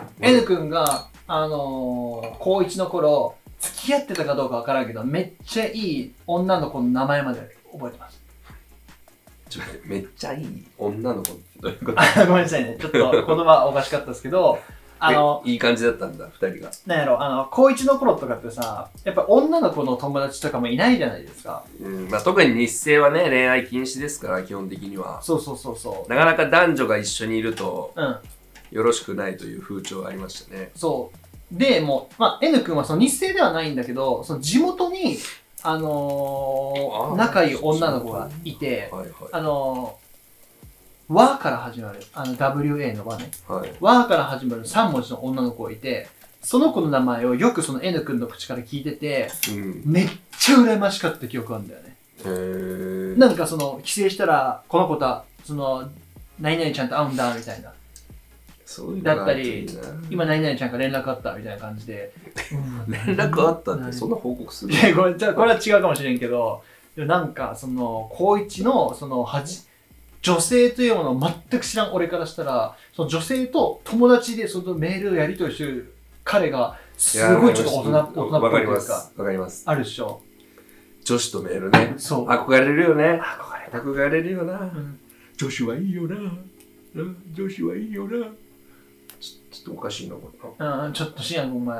うん、N 君が、あのー、高いちの頃、付き合ってたかどうかわからんけど、めっちゃいい女の子の名前まで覚えてます。 ちょっとめっちゃいい女の子ってどういうことごめんなさいね。ちょっと言葉おかしかったですけど、 あの、いい感じだったんだ、二人が。 なんやろ、あの、高いちの頃とかってさ、やっぱ女の子の友達とかもいないじゃないですか。 うん、まあ特に日生はね、恋愛禁止ですから、基本的には。 そうそうそうそう。 なかなか男女が一緒にいると、うん。よろしくないという風潮がありましたね。 そう。で、もう、まあ、N 君はその日生ではないんだけど、その地元に、あのー、仲いい女の子がいて、はいはい、あのー、和から始まる、あの ダブリューエー の和ね、はい、和から始まるさん文字の女の子がいて、その子の名前をよくその N 君の口から聞いてて、うん、めっちゃ羨ましかった記憶あるんだよね。へー。なんかその、帰省したら、この子と、その、何々ちゃんと会うんだ、みたいな。 そういうだったり、今何々ちゃんから連絡あったみたいな感じで。 うん、連絡あったってそんな報告する？ いや、これ、じゃこれは違うかもしれんけど、でもなんか、その、高一の、その、はじ、女性というものを全く知らん俺からしたら、その女性と友達でそのメールをやり取りしてる彼が、すごいちょっと大人、大人っぽいというか。わかります。わかります。 あるでしょ。 女子とメールね。そう。憧れるよね。 憧れる。 憧れるよな。うん、女子はいいよな。女子はいいよな。ちょっとおかしいな、これ。 うん、ちょっと深夜お前、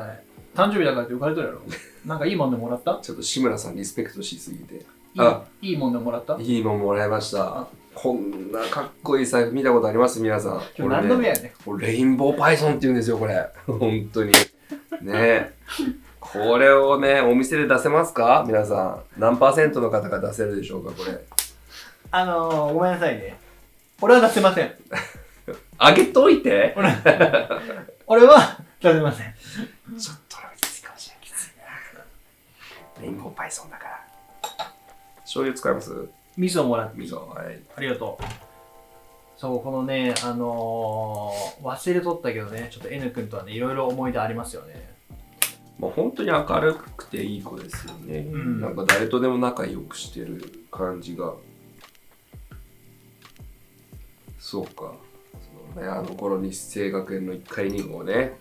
誕生日だからって浮かれとるやろ。なんかいいもんでもらった？ ちょっと志村さんリスペクトしすぎて。 いいあいいもんでもらった？ いいもんもらいました。こんなかっこいい財布見たことあります皆さん。 今日何度目やねん。 これレインボーパイソンって言うんですよこれ。本当に。ねこれをね、お店で出せますか皆さん。何パーセントの方が出せるでしょうかこれ。 あのー、ごめんなさいね。俺は出せません。 あげといて俺俺は出せません。 ちょっときついかもしれない。きついな。レインボーパイソンだから。醤油使います？ 味噌もらって。 味噌、はい。 ありがとう。そう、このね、あのー、忘れとったけどね、ちょっと N 君とはね、いろいろ思い出ありますよね。 まあ、本当に明るくていい子ですよね、うん、なんか誰とでも仲良くしてる感じが。そうかそう、ね、あの頃日生学園のいっかいに号ね。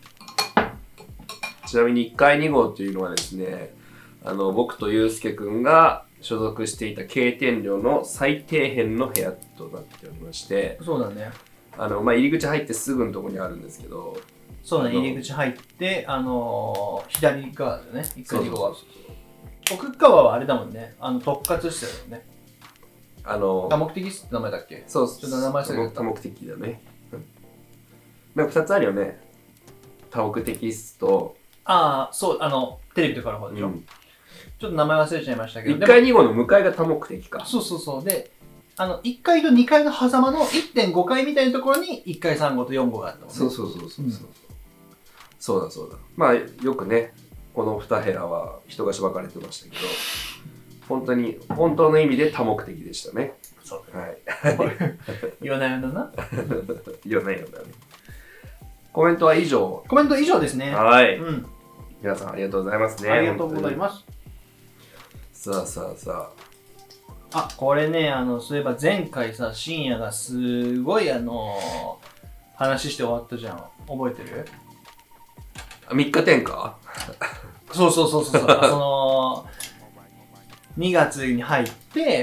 ちなみにいっかいに号っていうのはですね、あの僕とゆうすけくんが所属していた経典寮の最底辺の部屋となっておりまして、 そうだね、 あの、まあ、入り口入ってすぐのところにあるんですけど、 そうだね、入り口入って、あのー、左側だよね、いっかいに号は。奥側はあれだもんね、あの特撮室だよね。あのー、多目的室って名前だっけ？ そうそう、 ちょっと名前忘れた。 多目的だね。なんかふたつあるよね。多目的室と、 ああ、そう、あの、テレビとかの方でしょ。うん、ちょっと名前忘れちゃいましたけど。 いっかいに号の向かいが多目的か。 そうそうそう。で、あの、いっかいとにかいの狭間の いってんご 階みたいなところにいっかいさん号とよん号があったもんね。 そうそうそうそうそう。うん、そうだそうだ。まあ、よくね、このに部屋は人がしばかれてましたけど、本当に、本当の意味で多目的でしたね。 そう。 はい。 言わないようだな。 言わないようだね。コメントは以上。 コメント以上ですね。 はい。 うん。 皆さんありがとうございますね。 ありがとうございます。 さあさあさあ。あ、これね、あの、そういえば前回さ、深夜がすごいあのー、話して終わったじゃん。覚えてる？ あ、みっか天下？ そうそうそうそう。その、にがつに入って、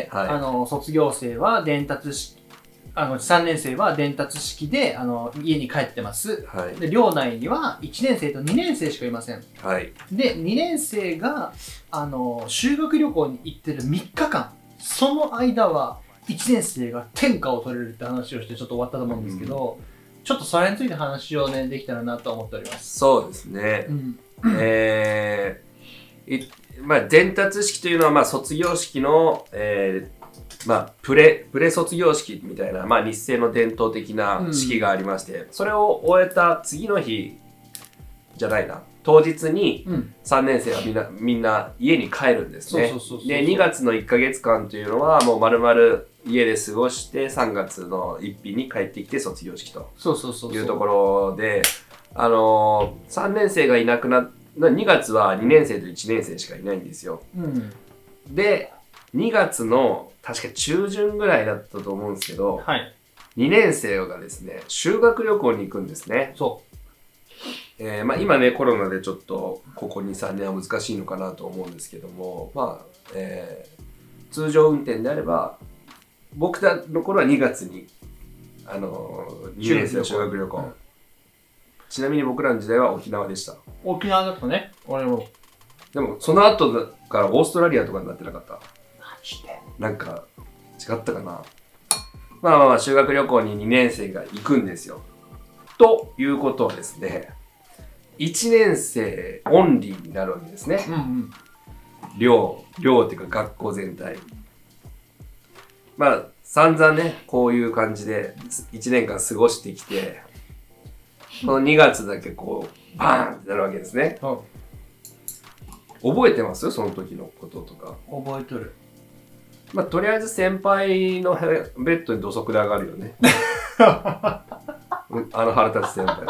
はい、あの、卒業生は伝達式、あの、さんねん生は伝達式で、あの、家に帰ってます。はい、で、寮内にはいちねん生とにねん生しかいません。はい、で、にねん生が、あの、修学旅行に行ってるみっかかん、その間はいちねん生が天下を取れるって話をしてちょっと終わったと思うんですけど、うん、ちょっとそれについて話をね、できたらなと思っております。 そうですね。うん、えー、いまあ、伝達式というのは、まあ、卒業式の、えー、まあ、プレ、プレ卒業式みたいな、まあ、日生の伝統的な式がありまして、うん、それを終えた次の日じゃないな、当日にさんねん生はみんな、みんな家に帰るんですね。で、にがつのいっかげつかんというのは、もう丸々家で過ごして、さんがつのついたちに帰ってきて卒業式というところで、あのー、さんねん生がいなくなって、にがつはにねん生といちねん生しかいないんですよ。うん、で、にがつの確か中旬ぐらいだったと思うんですけど、はい、にねん生がですね、修学旅行に行くんですね。そう。えー、まあ今ね、コロナでちょっとここに、さんねんは難しいのかなと思うんですけども、まあ、えー、通常運転であれば、僕らの頃はにがつに、あのー、にねん生の修学旅行。うん、ちなみに僕らの時代は沖縄でした。 沖縄だったね、俺も。 でも、その後からオーストラリアとかになってなかった。マジで？ なんか、違ったかな。まあまあまあ、修学旅行ににねん生が行くんですよ。ということはですね、いちねん生オンリーになるわけですね。うんうん。寮、寮っていうか学校全体。まあ、散々ね、こういう感じでいちねんかん過ごしてきて、このにがつだけこう、バーンってなるわけですね。うん、覚えてますその時のこととか。 覚えとる。 まあ、とりあえず先輩のベッドに土足で上がるよね。あの腹立つ先輩。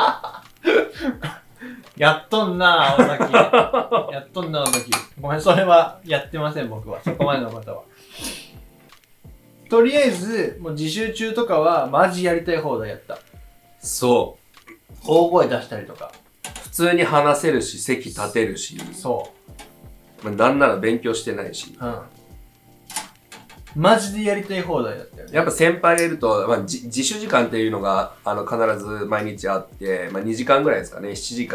やっとんな、青崎。やっとんな、青崎。ごめん、それはやってません、僕は。そこまでの方は。とりあえず、もう自習中とかは、マジやりたい放題やった。 そう。 大声出したりとか。 普通に話せるし、席立てるし。 そう。 まあ、なんなら勉強してないし。うん。 マジでやりたい放題だったよね。 やっぱ先輩がいると、まあ、自習時間っていうのが、あの、必ず毎日あって、まあ、にじかんぐらいですかね。しちじから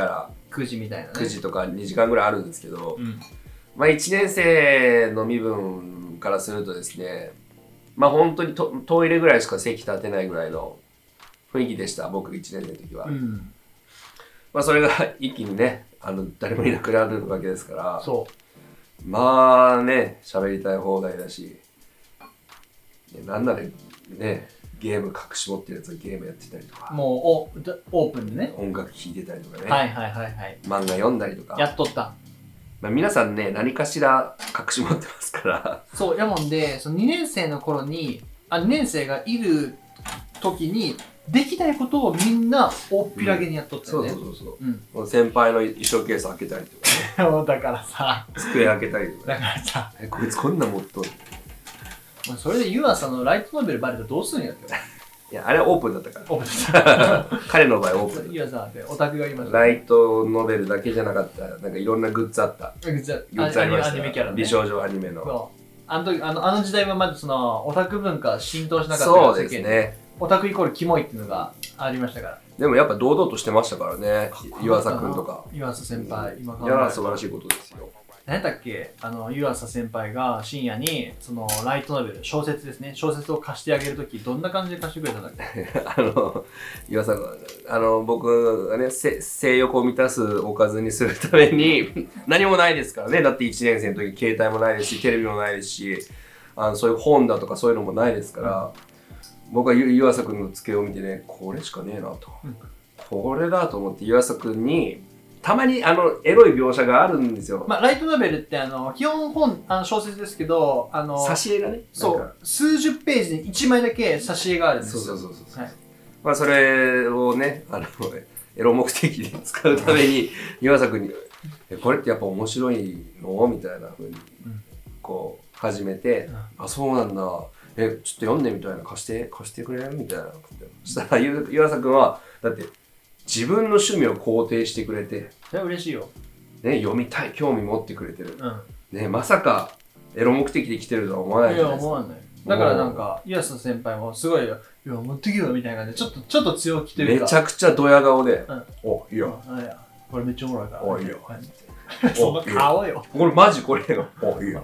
くじみたいなね。 くじとかにじかんぐらいあるんですけど、 うん、 まあいちねん生の身分からするとですね、まあ本当にト, トイレぐらいしか席立てないぐらいの雰囲気でした、僕いちねん生の時は。うん、まあそれが一気にね、あの誰もいなくなるわけですから、そうまあね、喋りたい放題だし、なんならね、ゲーム隠し持ってるやつがゲームやってたりとか、 もうオープンでね、 音楽聴いてたりとかね、 はいはいはいはい、 漫画読んだりとかやっとった。 まあ、皆さんね、何かしら隠し持ってますから。 そう、やもんで、そのにねん生の頃に、あ、にねん生がいる時に、できないことをみんな大っぴらげにやっとったよね。 うん、そうそうそうそう、うん、もう先輩の衣装ケース開けたりとか、ね。だからさ。 机開けたりとか、 ね。だからさ。 え、こいつこんな持っとる。 それでユアさんのライトノベルバレたらどうするんやって。 いや、あれはオープンだったから。オープンだった。彼の場合オープン。 ユアさんってオタクがいました、 ね。ライトノベルだけじゃなかった。なんかいろんなグッズあった。 グッズグッズありました。 アニメキャラ、ね、 美少女アニメの。 そう。あの時、あの、あの時代はまだその、オタク文化浸透しなかったから、そうですね。 オタクイコールキモいっていうのがありましたから。 でもやっぱ堂々としてましたからね。湯浅くんとか。 湯浅先輩、 今考えると。いや、素晴らしいことですよ。 何だっけ、あの湯浅先輩が深夜にそのライトノベル、小説ですね、小説を貸してあげるときどんな感じで貸してくれたんだっけ。 あの湯浅君、あの僕がね、性欲を満たすおかずにするために何もないですからね。だっていちねん生の時携帯もないですし、テレビもないですし、あのそういう本だとかそういうのもないですから、うん、僕は湯浅君の机を見てね、これしかねえなと、うん、これだと思って湯浅君にたまにあのエロい描写があるんですよ。 まあライトノベルってあの基本本あの小説ですけど、あの挿絵がね、 そう数十ページにいちまいだけ挿絵があるんですよ。 そうそうそうそう。はい。まあそれをね、あのエロ目的で使うために湯浅君にえこれってやっぱ面白いのみたいな風にこう始めて、うん、あそうなんだ。えちょっと読んでみたいな、貸して貸してくれみたいな。そしたら湯浅君はだって自分の趣味を肯定してくれて、 それは嬉しいよ、 ね、読みたい興味持ってくれてる、うんね、まさかエロ目的で来てるとは思わないじゃないですか。 いや思わない。だからなんか湯浅先輩もすごいよ、いや持ってきよみたいな感じでちょっとちょっと強気というか、 めちゃくちゃドヤ顔で、うん、おいいよ、 うん、いやこれめっちゃおもろいから、 おいいよその顔よ、 これマジこれよ、おいいよ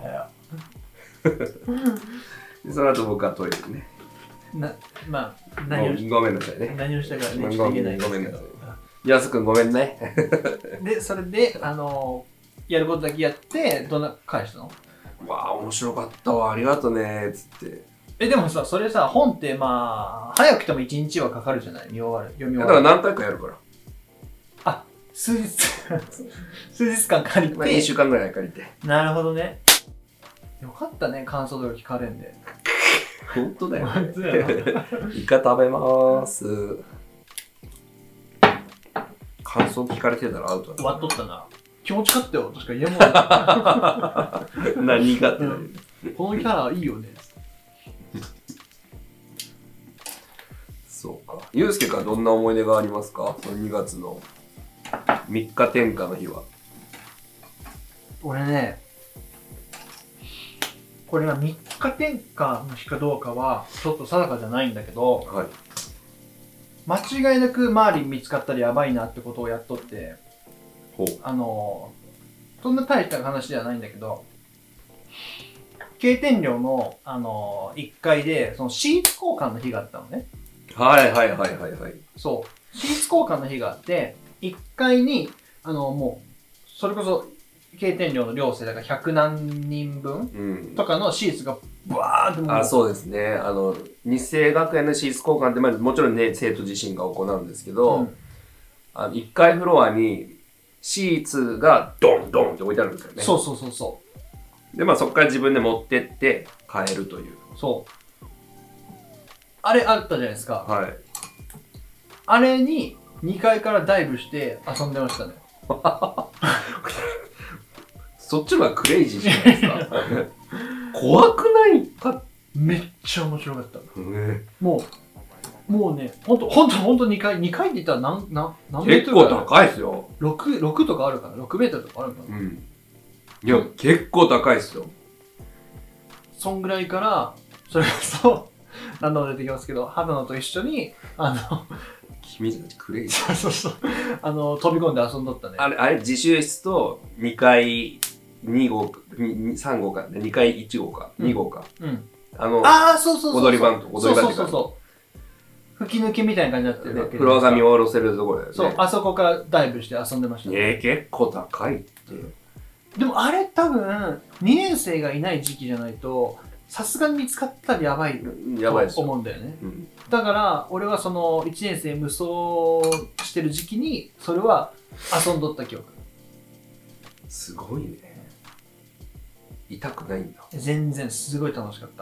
その後僕はトイレでね、 なまあ何をごめんなさいね、 何をしたからね、 ごめんなさい、やすくんごめんねでそれであのやることだけやってどんな返したの？ わあ面白かったわ、ありがとねつって。 えでもさそれさ本ってまあ早くてもいちにちはかかるじゃない、見終わる読み終わる。 だから何回かやるから。 あ数日数日間借りて、 まあ、いっしゅうかんぐらい借りて。 なるほどね。よかったね、感想とか聞かれんで。 本当だよ、ね、イカ食べまーす。感想聞かれてたらアウトだ。 終わっとったな。気持ちかったよとしか言えもん。 何がって、うん、 このキャラいいよね。 そうか。ゆうすけからどんな思い出がありますか？そのにがつのみっか天下の日は。 俺ね、これがみっか天下の日かどうかはちょっと定かじゃないんだけど、はい、間違いなくマーリン見つかったらやばいなってことをやっとって、ほうあのそんな大した話ではないんだけど、経典寮の、あのいっかいでそのシーツ交換の日があったのね。 はいはいはいはいはい。 そうシーツ交換の日があって、いっかいにあのもうそれこそ経典寮の寮生だからひゃくなんにんぶんとかのシーツがブワーってもう、うん、あそうですね、あの日生学園のシーツ交換って、まあ、もちろんね生徒自身が行うんですけど、うん、あのいっかいフロアにシーツがドンドンって置いてあるんですよね。 そうそうそうそう。 でまあそこから自分で持ってって買えるという。 そうあれあったじゃないですか。 はい。 あれににかいからダイブして遊んでましたね。 そっちの方がクレイジーじゃないですか。怖くないか？ めっちゃ面白かった。もう、もうね、ほんと、ほんと、ほんとにかい、にかいって言ったら何、何、何メートル結構高いですよ。 ろく、ろくとかあるかな ?ろく メートルとかあるかな、 うん、いや、結構高いですよ。 そんぐらいから、それこそ、何度も出てきますけど、肌野と一緒に、あの、 君たちクレイジー。そうそうそう。あの、飛び込んで遊んどったね。 あれ、あれ、自習室とにかいに号、さん号か、にかいいち号か、に号か。 うん。 あの、 ああ、そうそうそう。 踊り場と、踊り場ってそうそうそう。吹き抜けみたいな感じになってるわけで。 フロアが見下ろせるところだよね。 そう、あそこからダイブして遊んでましたね。 えー、結構高いって。 でもあれ多分、にねん生がいない時期じゃないと、さすがに見つかったらやばいと思うんだよね。うん、だから、俺はそのいちねん生無双してる時期に、それは遊んどった記憶。 すごいね。痛くないんだ。 全然、すごい楽しかった。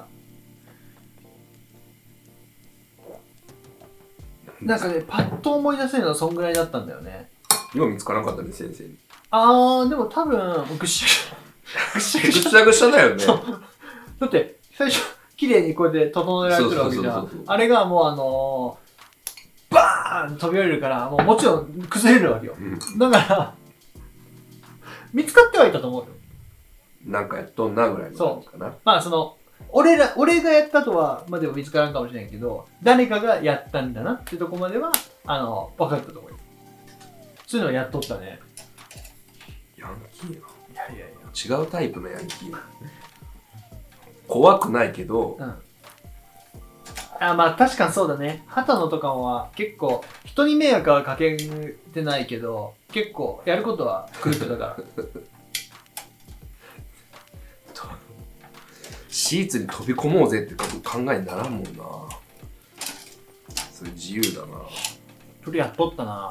なんかね、パッと思い出せるのはそんぐらいだったんだよね。 今見つからなかったね、先生に。 あー、でも多分、ぐしゃぐしゃぐしゃ。 ぐしゃぐしゃだよね。 だって、最初、綺麗にこうやって整えられてるわけじゃん。あれがもうあのー、バーン飛び降りるから、もうもちろん崩れるわけよ。うん、だから、見つかってはいたと思うよ。 なんかやっとんなぐらいの感じかな。 まあその、俺ら、俺がやったとは、まあでも見つからんかもしれんけど、誰かがやったんだなってとこまでは、あの、分かったと思うよ。そういうのをやっとったね。 ヤンキーな。いやいやいや。 違うタイプのヤンキーな。怖くないけど。うん。 あ、まあ確かにそうだね。畑野とかは結構、人に迷惑はかけてないけど、結構やることは狂ってたから。 シーツに飛び込もうぜって考えにならんもんな。それ自由だな。 それやっとったな。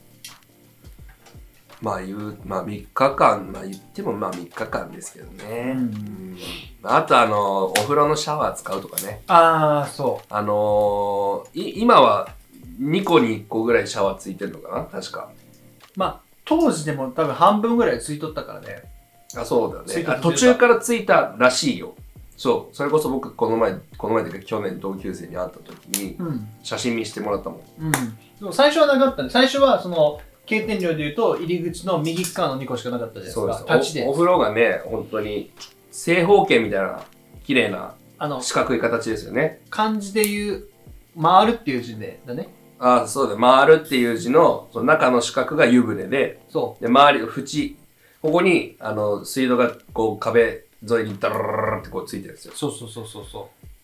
まあ言う、まあみっかかん、まあ言ってもまあみっかかんですけどね。うんうん、あとあの、お風呂のシャワー使うとかね。 ああ、そう。 あのー、い今はにこにいっこぐらいシャワーついてるのかな確か。 まあ当時でも多分半分ぐらいついとったからね。 あ、そうだね。あ、途中からついたらしいよ。そう。それこそ僕この前、この前というか去年同級生に会った時に、写真見せてもらったもん。 うん。でも最初はなかったね。最初はその、経験量で言うと入り口の右側のにこしかなかったじゃないですか。そうです。 お, お風呂がね、本当に正方形みたいな綺麗な四角い形ですよね。 漢字で言う、回るっていう字でだね。 ああ、そうだ。回るっていう字の、その中の四角が湯船で、 そう。 で、周り、縁、ここに、あの、水道がこう壁沿いにダラララってこうついてるんですよ。 そうそうそうそうそう。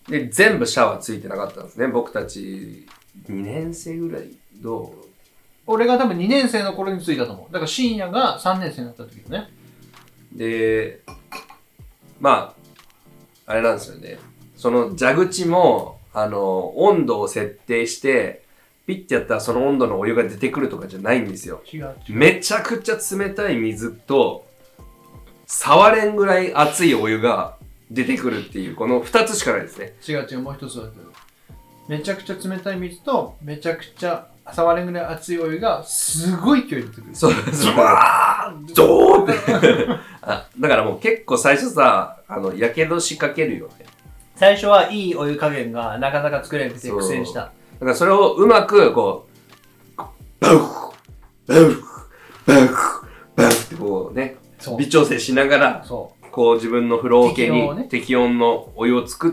で、全部シャワーついてなかったんですね。僕たちにねん生ぐらいどう俺が多分にねん生の頃についたと思う。だから深夜がさんねん生になった時だね。 で、まあ、あれなんですよね。その蛇口も、あの、温度を設定して、ピッてやったらその温度のお湯が出てくるとかじゃないんですよ。 違う違う。 めちゃくちゃ冷たい水と、触れんぐらい熱いお湯が出てくるっていう、このふたつしかないですね。 違う違う、もう一つだった。めちゃくちゃ冷たい水と、めちゃくちゃ触れんぐらい熱いお湯がすごい勢いで出てくる。 そうです。ズワードーってあ。だからもう結構最初さ、あの、やけどしかけるよね。 最初はいいお湯加減がなかなか作れなくて苦戦した。だからそれをうまくこう、バウフバウフバウフバウフってこうね、微調整しながら、そうこう自分の風呂桶に適温、ね、適温のお湯を作って、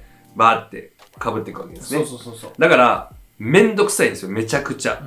バーってかぶっていくわけですね。 そうそうそうそう。 だから、めんどくさいんですよ、めちゃくちゃ。うん、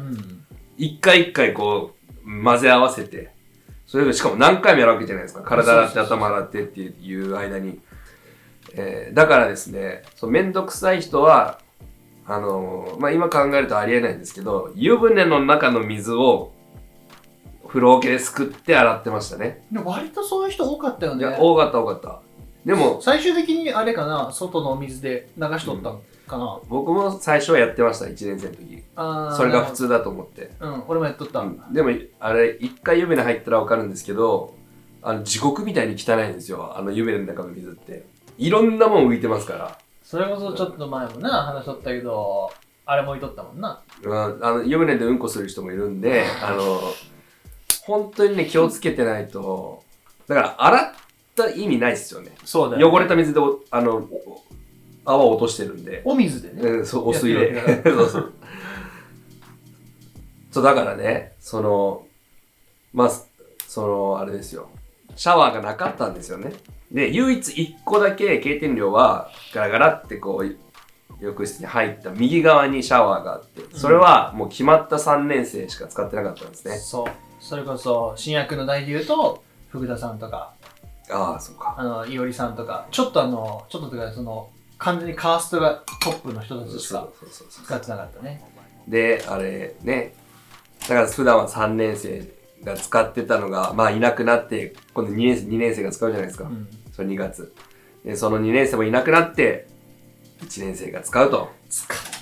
一回一回こう、混ぜ合わせて。それでしかも何回もやるわけじゃないですか。体洗って頭洗ってっていう間に。えー、だからですね、そうめんどくさい人は、あのー、まあ、今考えるとありえないんですけど、湯船の中の水を風呂桶ですくって洗ってましたね。 でも割とそういう人多かったよね。 いや、多かった多かった。でも、 最終的にあれかな、外のお水で流しとったのかな、うん。 僕も最初はやってました、いちねん生の時。あそれが普通だと思って。 うん、俺もやっとった。うん、 でも、あれ、一回湯船入ったらわかるんですけど、あの、地獄みたいに汚いんですよ、あの湯船の中の水って。いろんなもん浮いてますから。 それこそちょっと前もな、話しとったけど、あれも浮いとったもんな。 うん、あの、湯船でうんこする人もいるんで、あの、本当にね、気をつけてないと、だから、洗った意味ないっすよね。 そうだよ、ね。 汚れた水で、あの、泡を落としてるんで。 お水でね。 うん、そう、お水で。そうそう。そう、だからね、その、まあ、その、あれですよ。シャワーがなかったんですよね。で、唯一一個だけ経験量はガラガラってこう浴室に入った右側にシャワーがあって、それはもう決まったさんねん生しか使ってなかったんですね。 そう。それこそ、新薬の代で言うと、福田さんとか、 ああ、そうか。 あの、いおりさんとか、ちょっとあの、ちょっとというか、その、完全にカーストがトップの人たちしか使ってなかったね。 で、あれね、だから普段はさんねん生が使ってたのが、まあいなくなって、今度にねん生、にねん生が使うじゃないですか。うん、それにがつ。で、そのにねん生もいなくなって、いちねん生が使うと。 使っとった。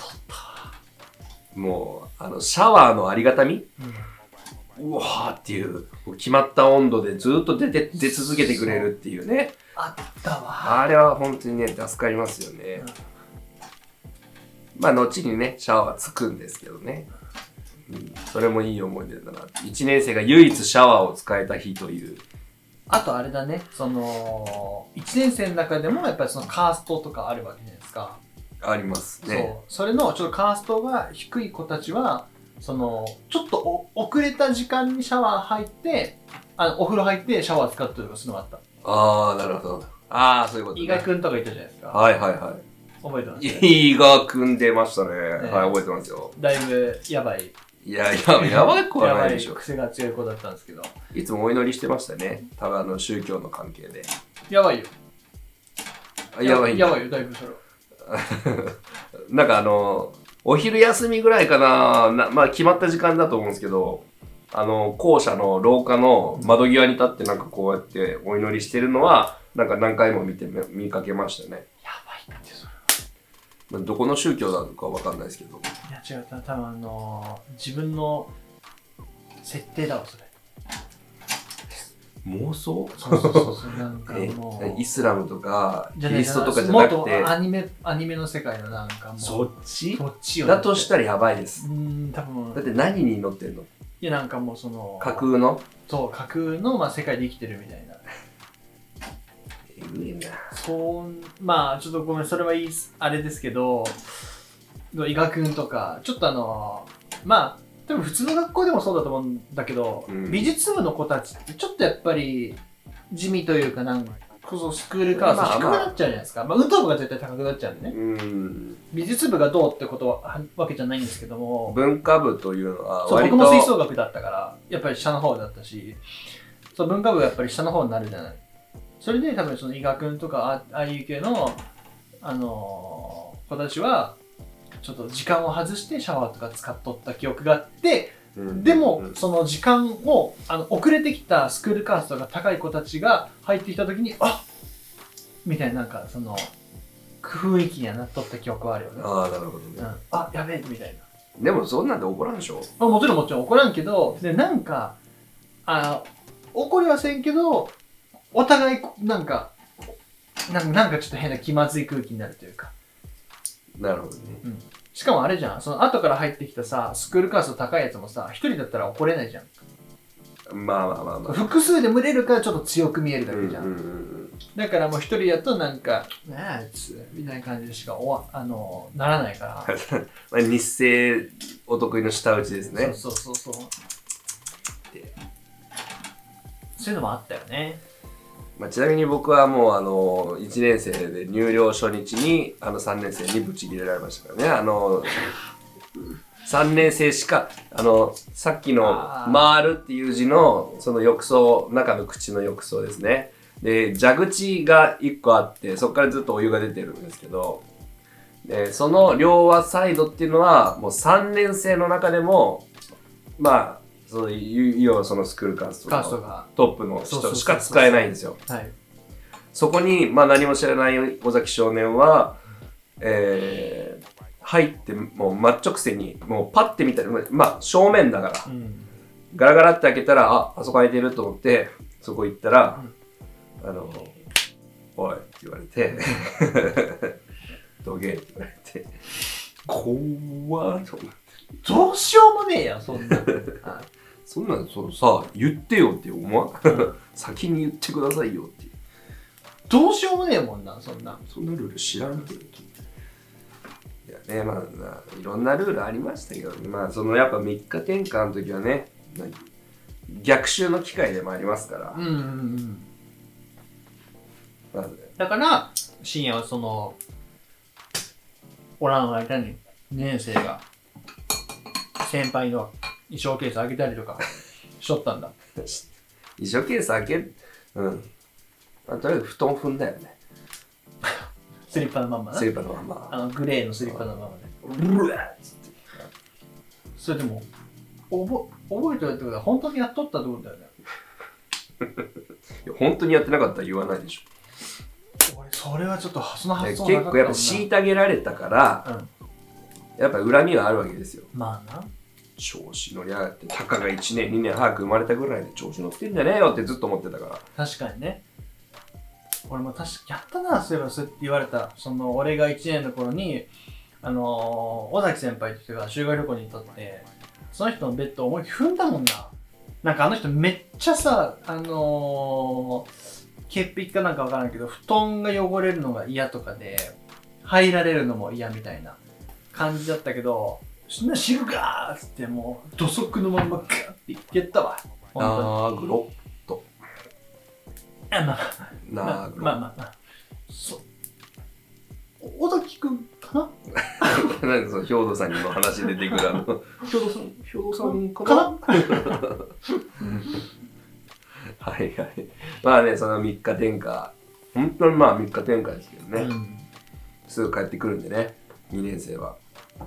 もう、あの、シャワーのありがたみ、うん、うわーっていう、決まった温度でずっと出て、出続けてくれるっていうね。 あったわ。 あれは本当にね、助かりますよね。うん、まあ、後にね、シャワーはつくんですけどね。うん、それもいい思い出だな。いちねん生が唯一シャワーを使えた日という。 あとあれだね、その、いちねん生の中でもやっぱりそのカーストとかあるわけじゃないですか。 ありますね。 そう。それのちょっとカーストが低い子たちは、その、ちょっとお遅れた時間にシャワー入って、あの、お風呂入ってシャワー使ってるとかするのがあった。 ああ、なるほど。ああ、そういうことね。 伊賀くんとかいたじゃないですか。 はいはいはい。 覚えてますね。 伊賀くん出ましたね。ね、はい、覚えてますよ。 だいぶやばい。 いや、や, やばい子はないでしょ。 やばい癖が強い子だったんですけど。 いつもお祈りしてましたね。多分あの宗教の関係で。 やばいよ。 あ、やばい。 やばいよ、だいぶそれは。 なんかあの、お昼休みぐらいかな、なまあ決まった時間だと思うんですけど、あの、校舎の廊下の窓際に立ってなんかこうやってお祈りしてるのは、なんか何回も見て、見かけましたね。 やばいってそれは。 まあ、どこの宗教なのかわかんないですけど。いや違う、た多分あのー、自分の設定だわ、それ。 妄想？ そうそうそうそう、なんかもう。イスラムとか、キリストとかじゃなくて。もっとアニメ、アニメの世界のなんかもう。 そっち？ そっちよ。 だとしたらやばいです。 うん、多分。 だって何に乗ってんの？ いや、なんかもうその。 架空の？ そう、架空の、まあ、世界で生きてるみたいな。 えぐいな。 そう、まあ、ちょっとごめん、それはいい、あれですけど、伊賀くんとか、ちょっとあの、まあ、多分普通の学校でもそうだと思うんだけど、うん、美術部の子たちってちょっとやっぱり地味というか、なんかこそスクールカースト低くなっちゃうじゃないですか。まあ、運動部が絶対高くなっちゃうんでね。うん、美術部がどうってことはわけじゃないんですけども。 文化部というのは割と。そう、僕も吹奏楽だったから、やっぱり下の方だったし、そう、文化部がやっぱり下の方になるじゃない。それで多分その伊賀くんとかああいう系の、あのー、子たちは、ちょっと時間を外してシャワーとか使っとった記憶があって、うん、でも、うん、その時間をあの遅れてきたスクールカーストが高い子たちが入ってきたときに、あっみたいな、なんかその雰囲気にはなっとった記憶はあるよね。 ああ、なるほどね。 うん、あ、やべえみたいな。 でもそんなんで怒らんでしょ？ あ、もちろんもちろん怒らんけど、でなんかあ怒りはせんけど、お互いなんかなんなんかちょっと変な気まずい空気になるというか。 なるほどね。 うん。しかもあれじゃん、その後から入ってきたさ、スクールカースト高いやつもさ、一人だったら怒れないじゃん。 まあまあまあまあ。 複数で群れるからちょっと強く見えるだけじゃん。 うんうんうん、 だからもう一人やとなんか、ねえ、あいつ、みたいな感じでしかおわあのならないから。 まあ日生お得意の舌打ちですね。 そうそうそうそう。で、そういうのもあったよね。 まあ、ちなみに僕はもうあのいちねん生で入寮初日にあのさんねん生にブチ切れられましたからね。あのさんねん生しかあのさっきの「回る」っていう字のその浴槽、中の口の浴槽ですね。で蛇口がいっこあって、そこからずっとお湯が出てるんですけど、でその両輪サイドっていうのはもうさんねん生の中でもまあその要はそのスクールカーストのトップの人しか使えないんですよ。そこに、まあ、何も知らない尾崎少年は、えー、入ってもう真っ直線にもうパッて見たら、まあ正面だから、うん、ガラガラって開けたらああそこ開いてると思ってそこ行ったら、うん、あのおいって言われてどけって言われて怖っと思って。 どうしようもねえやそんなそんなんそのさ言ってよって思わ、うん、先に言ってくださいよってどうしようもねえもんなそんなそんなルール知らんけどいやね、まあいろんなルールありましたけど、まあそのやっぱみっか転換の時はね逆襲の機会でもありますから、うんうんうん、 だから深夜はそのおらん間ににねん生が先輩の衣装ケース開けたりとかしとったんだ。 衣装ケース開ける、うん。まあ、とりあえず布団踏んだよね。 スリッパのまんまな。 スリッパのまんま。 あのグレーのスリッパのままで。うわっつって。それでも、おぼ覚えてるってことは本当にやっとったってことだよね。 いや本当にやってなかったら言わないでしょ。 俺それはちょっとその発想結構やっぱ虐げられたから、うん、やっぱ恨みはあるわけですよ。 まあな。 調子乗りやがって、たかがいちねんにねん早く生まれたぐらいで調子乗ってんじゃねえよってずっと思ってたから。 確かにね。俺も確かやったな、そういえばそうって言われた。その俺がいちねんの頃にあのー、尾崎先輩って人が修学旅行に行っとって、その人のベッドを思いっきり踏んだもんな。なんかあの人めっちゃさ、あのー、潔癖かなんかわからんけど、布団が汚れるのが嫌とかで、入られるのも嫌みたいな感じだったけど、そんな知るかーっつってもう土足のまんまガーっていけたわ。 あー、グロッと。 あ、まあまあ、 まあまあまあまあ。そう。尾崎くんかななんでその兵頭さんにも話出てくるあの兵頭さん、 兵頭さんかなかなはいはい。まあね、そのみっか天下、本当にまあみっか天下ですけどね、うん、すぐ帰ってくるんでね、にねん生は。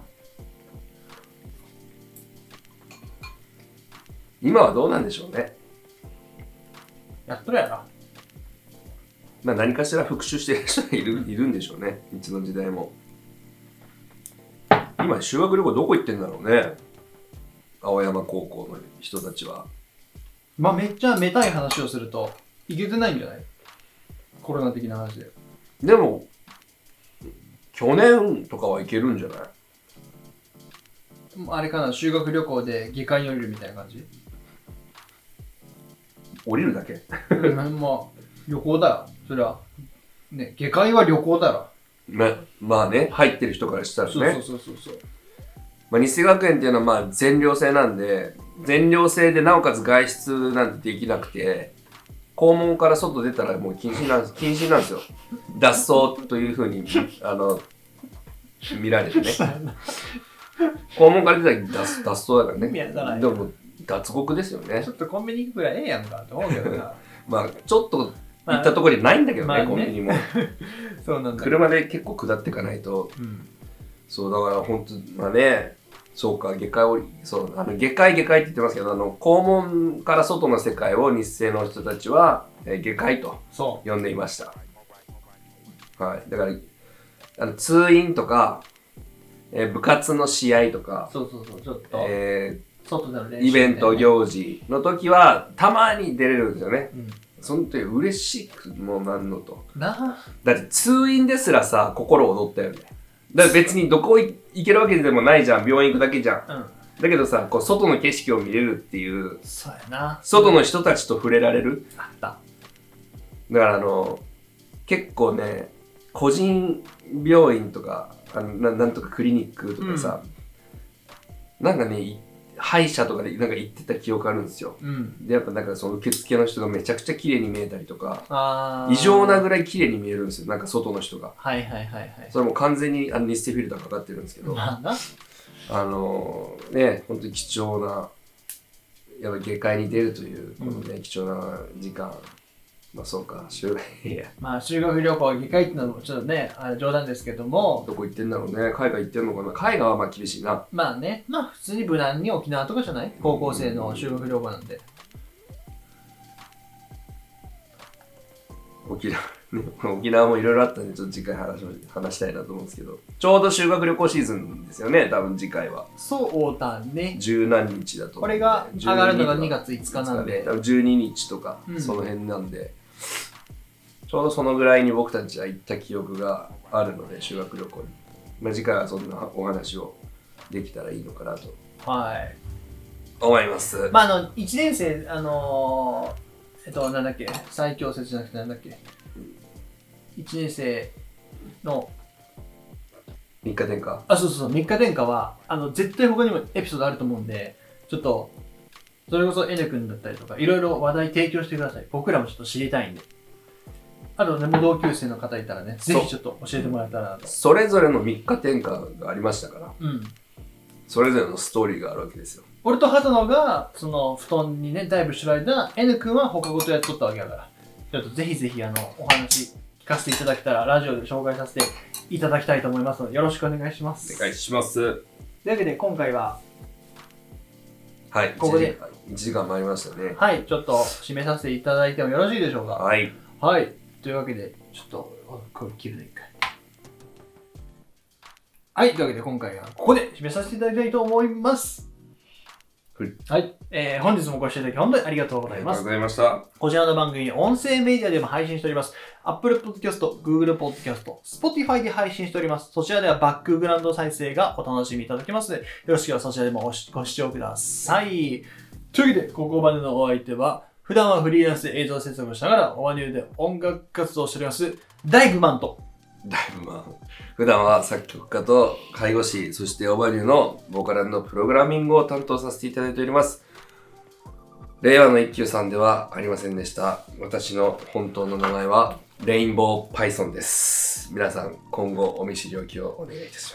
今はどうなんでしょうね。 やっとるやろ。 まあ何かしら復習してる人がいる、いるんでしょうね、いつの時代も。今修学旅行どこ行ってんだろうね、青山高校の人たちは。 まあめっちゃめたい話をすると行けてないんじゃない？コロナ的な話で。 でも去年とかは行けるんじゃない？ あれかな、修学旅行で下界に降りるみたいな感じ？ 降りるだけまあ旅行だよそれはね。下界は旅行だろ。 ま, まあね、入ってる人からしたらね。 そうそうそうそうそう。 まあ、日生学園っていうのはまあ全寮制なんで、全寮制でなおかつ外出なんてできなくて、校門から外出たらもう禁止なんです、禁止なんですよ。脱走というふうにあの見られてね。校門から出たら 脱, 脱走だからね。 からでも脱獄ですよね。 ちょっとコンビニ行くぐらいええやんかと思うけどな。 まあちょっと行ったところにないんだけどね、まあね、コンビニも。 そうなんだ。 車で結構下っていかないと。うん、そうだから本当まあね、そうか、下界をそうあの下界下界って言ってますけど、あの校門から外の世界を日生の人たちは、えー、下界と呼んでいました。はい、だからあの通院とか、えー、部活の試合とか、 そうそうそうちょっと、 えー、 外での練習、 ね、イベント行事の時はたまに出れるんですよね。うん、その時嬉しくもなんのと。 なだって通院ですらさ心躍ったよね。だから別にどこ行けるわけでもないじゃん、病院行くだけじゃん。うん、だけどさ、こう外の景色を見れるっていう、 そうやな。 外の人たちと触れられる。 あった。 だからあの結構ね、個人病院とかあの な, なんとかクリニックとかさ、うん、なんかね歯医者とかでなんか行ってた記憶あるんですよ。うん、でやっぱなんかその受付の人がめちゃくちゃ綺麗に見えたりとか、あ異常なぐらい綺麗に見えるんですよ。なんか外の人が。 はいはいはいはい。 それも完全にあの日生フィルターかかってるんですけど、 まあな。 あのー、ね本当に貴重なやっぱ下界に出るというこのね、うん、貴重な時間。まあそうか、修学まあ修学旅行下界ってのもちょっとねあ冗談ですけども、 どこ行ってんだろうね。海外行ってんのかな。海外はまあ厳しいな。 まあね、まあ普通に無難に沖縄とかじゃない？高校生の修学旅行なんで。 沖縄沖縄もいろいろあったんでちょっと次回話し話したいなと思うんですけど、ちょうど修学旅行シーズンですよね、多分次回は。 そうだね。 十何日だと思う。 これが上がるのがにがついつかなんで、 多分じゅうににちとか、うん、その辺なんで、ちょうどそのぐらいに僕たちは行った記憶があるので、修学旅行に、まあ、次回はそんなお話をできたらいいのかなとはい思います。 まああのいちねん生あのー、えっとなんだっけ最強説じゃなくてなんだっけいちねん生のみっか天下。 あそうそうそうみっか天下はあの絶対他にもエピソードあると思うんで、ちょっとそれこそ N 君だったりとかいろいろ話題提供してください。僕らもちょっと知りたいんで。 あとね、もう同級生の方いたらね、ぜひちょっと教えてもらえたらなと。 それぞれのみっか転換がありましたから、 うん。 それぞれのストーリーがあるわけですよ。 俺と畑野が、その、布団にね、ダイブしてる間、N 君は他ごとやっとったわけだから、ちょっとぜひぜひ、あの、お話聞かせていただけたら、ラジオで紹介させていただきたいと思いますので、よろしくお願いします。 お願いします。 というわけで、今回は、 はい、 ここでいちじかん回りましたね。 はい、ちょっと締めさせていただいてもよろしいでしょうか。 はい。 はい。というわけで、ちょっと、これ切るね、一回。はい。というわけで、今回はここで締めさせていただきたいと思います。はい。はい。えー、本日もご視聴いただき本当にありがとうございます。 ありがとうございました。 こちらの番組、音声メディアでも配信しております。Apple Podcast、Google Podcast、Spotify で配信しております。そちらではバックグラウンド再生がお楽しみいただけますので、よろしければそちらでもご視聴ください。というわけで、ここまでのお相手は、普段はフリーランスで映像制作をしながら、オワニューで音楽活動をしております、ダイブマンと。 ダイブマン。普段は作曲家と介護士、そしてオバニューのボーカル&プログラミングを担当させていただいております。令和の一休さんではありませんでした。私の本当の名前は、レインボーパイソンです。皆さん、今後お見知りおきをお願いいたします。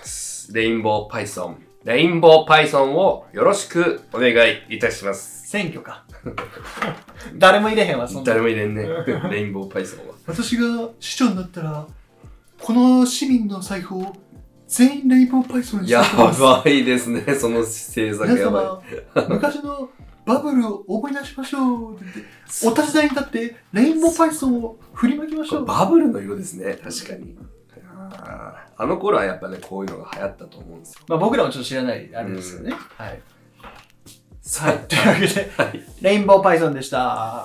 レインボーパイソン。レインボーパイソンをよろしくお願いいたします。 選挙か。誰も入れへんわ、そんな。 誰も入れんね。レインボーパイソンは。 私が市長になったら、この市民の財布を全員レインボーパイソンにしてやばいですね、その政策やばい。昔のバブルを思い出しましょうってお立ち台に立ってレインボーパイソンを振りまきましょう。 バブルの色ですね、確かに。あ, あの頃はやっぱね、こういうのが流行ったと思うんですよ。 まあ僕らもちょっと知らないあれですよね。はい。はい。というわけで、はい、レインボーパイソンでした。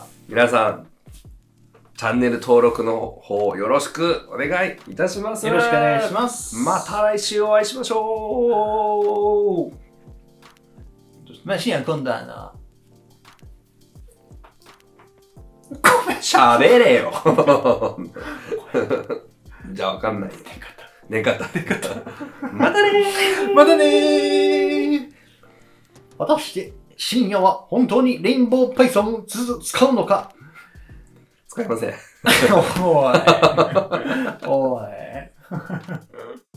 皆さん、チャンネル登録の方よろしくお願いいたします。 よろしくお願いします。 また来週お会いしましょう。 まあ、深夜今度あの、 ごめん、喋れよ。じゃあわかんない。寝方。寝方。またねー。 またねー。果たして深夜は本当にレインボーパイソンを使うのか。 使いません。 おい。おい。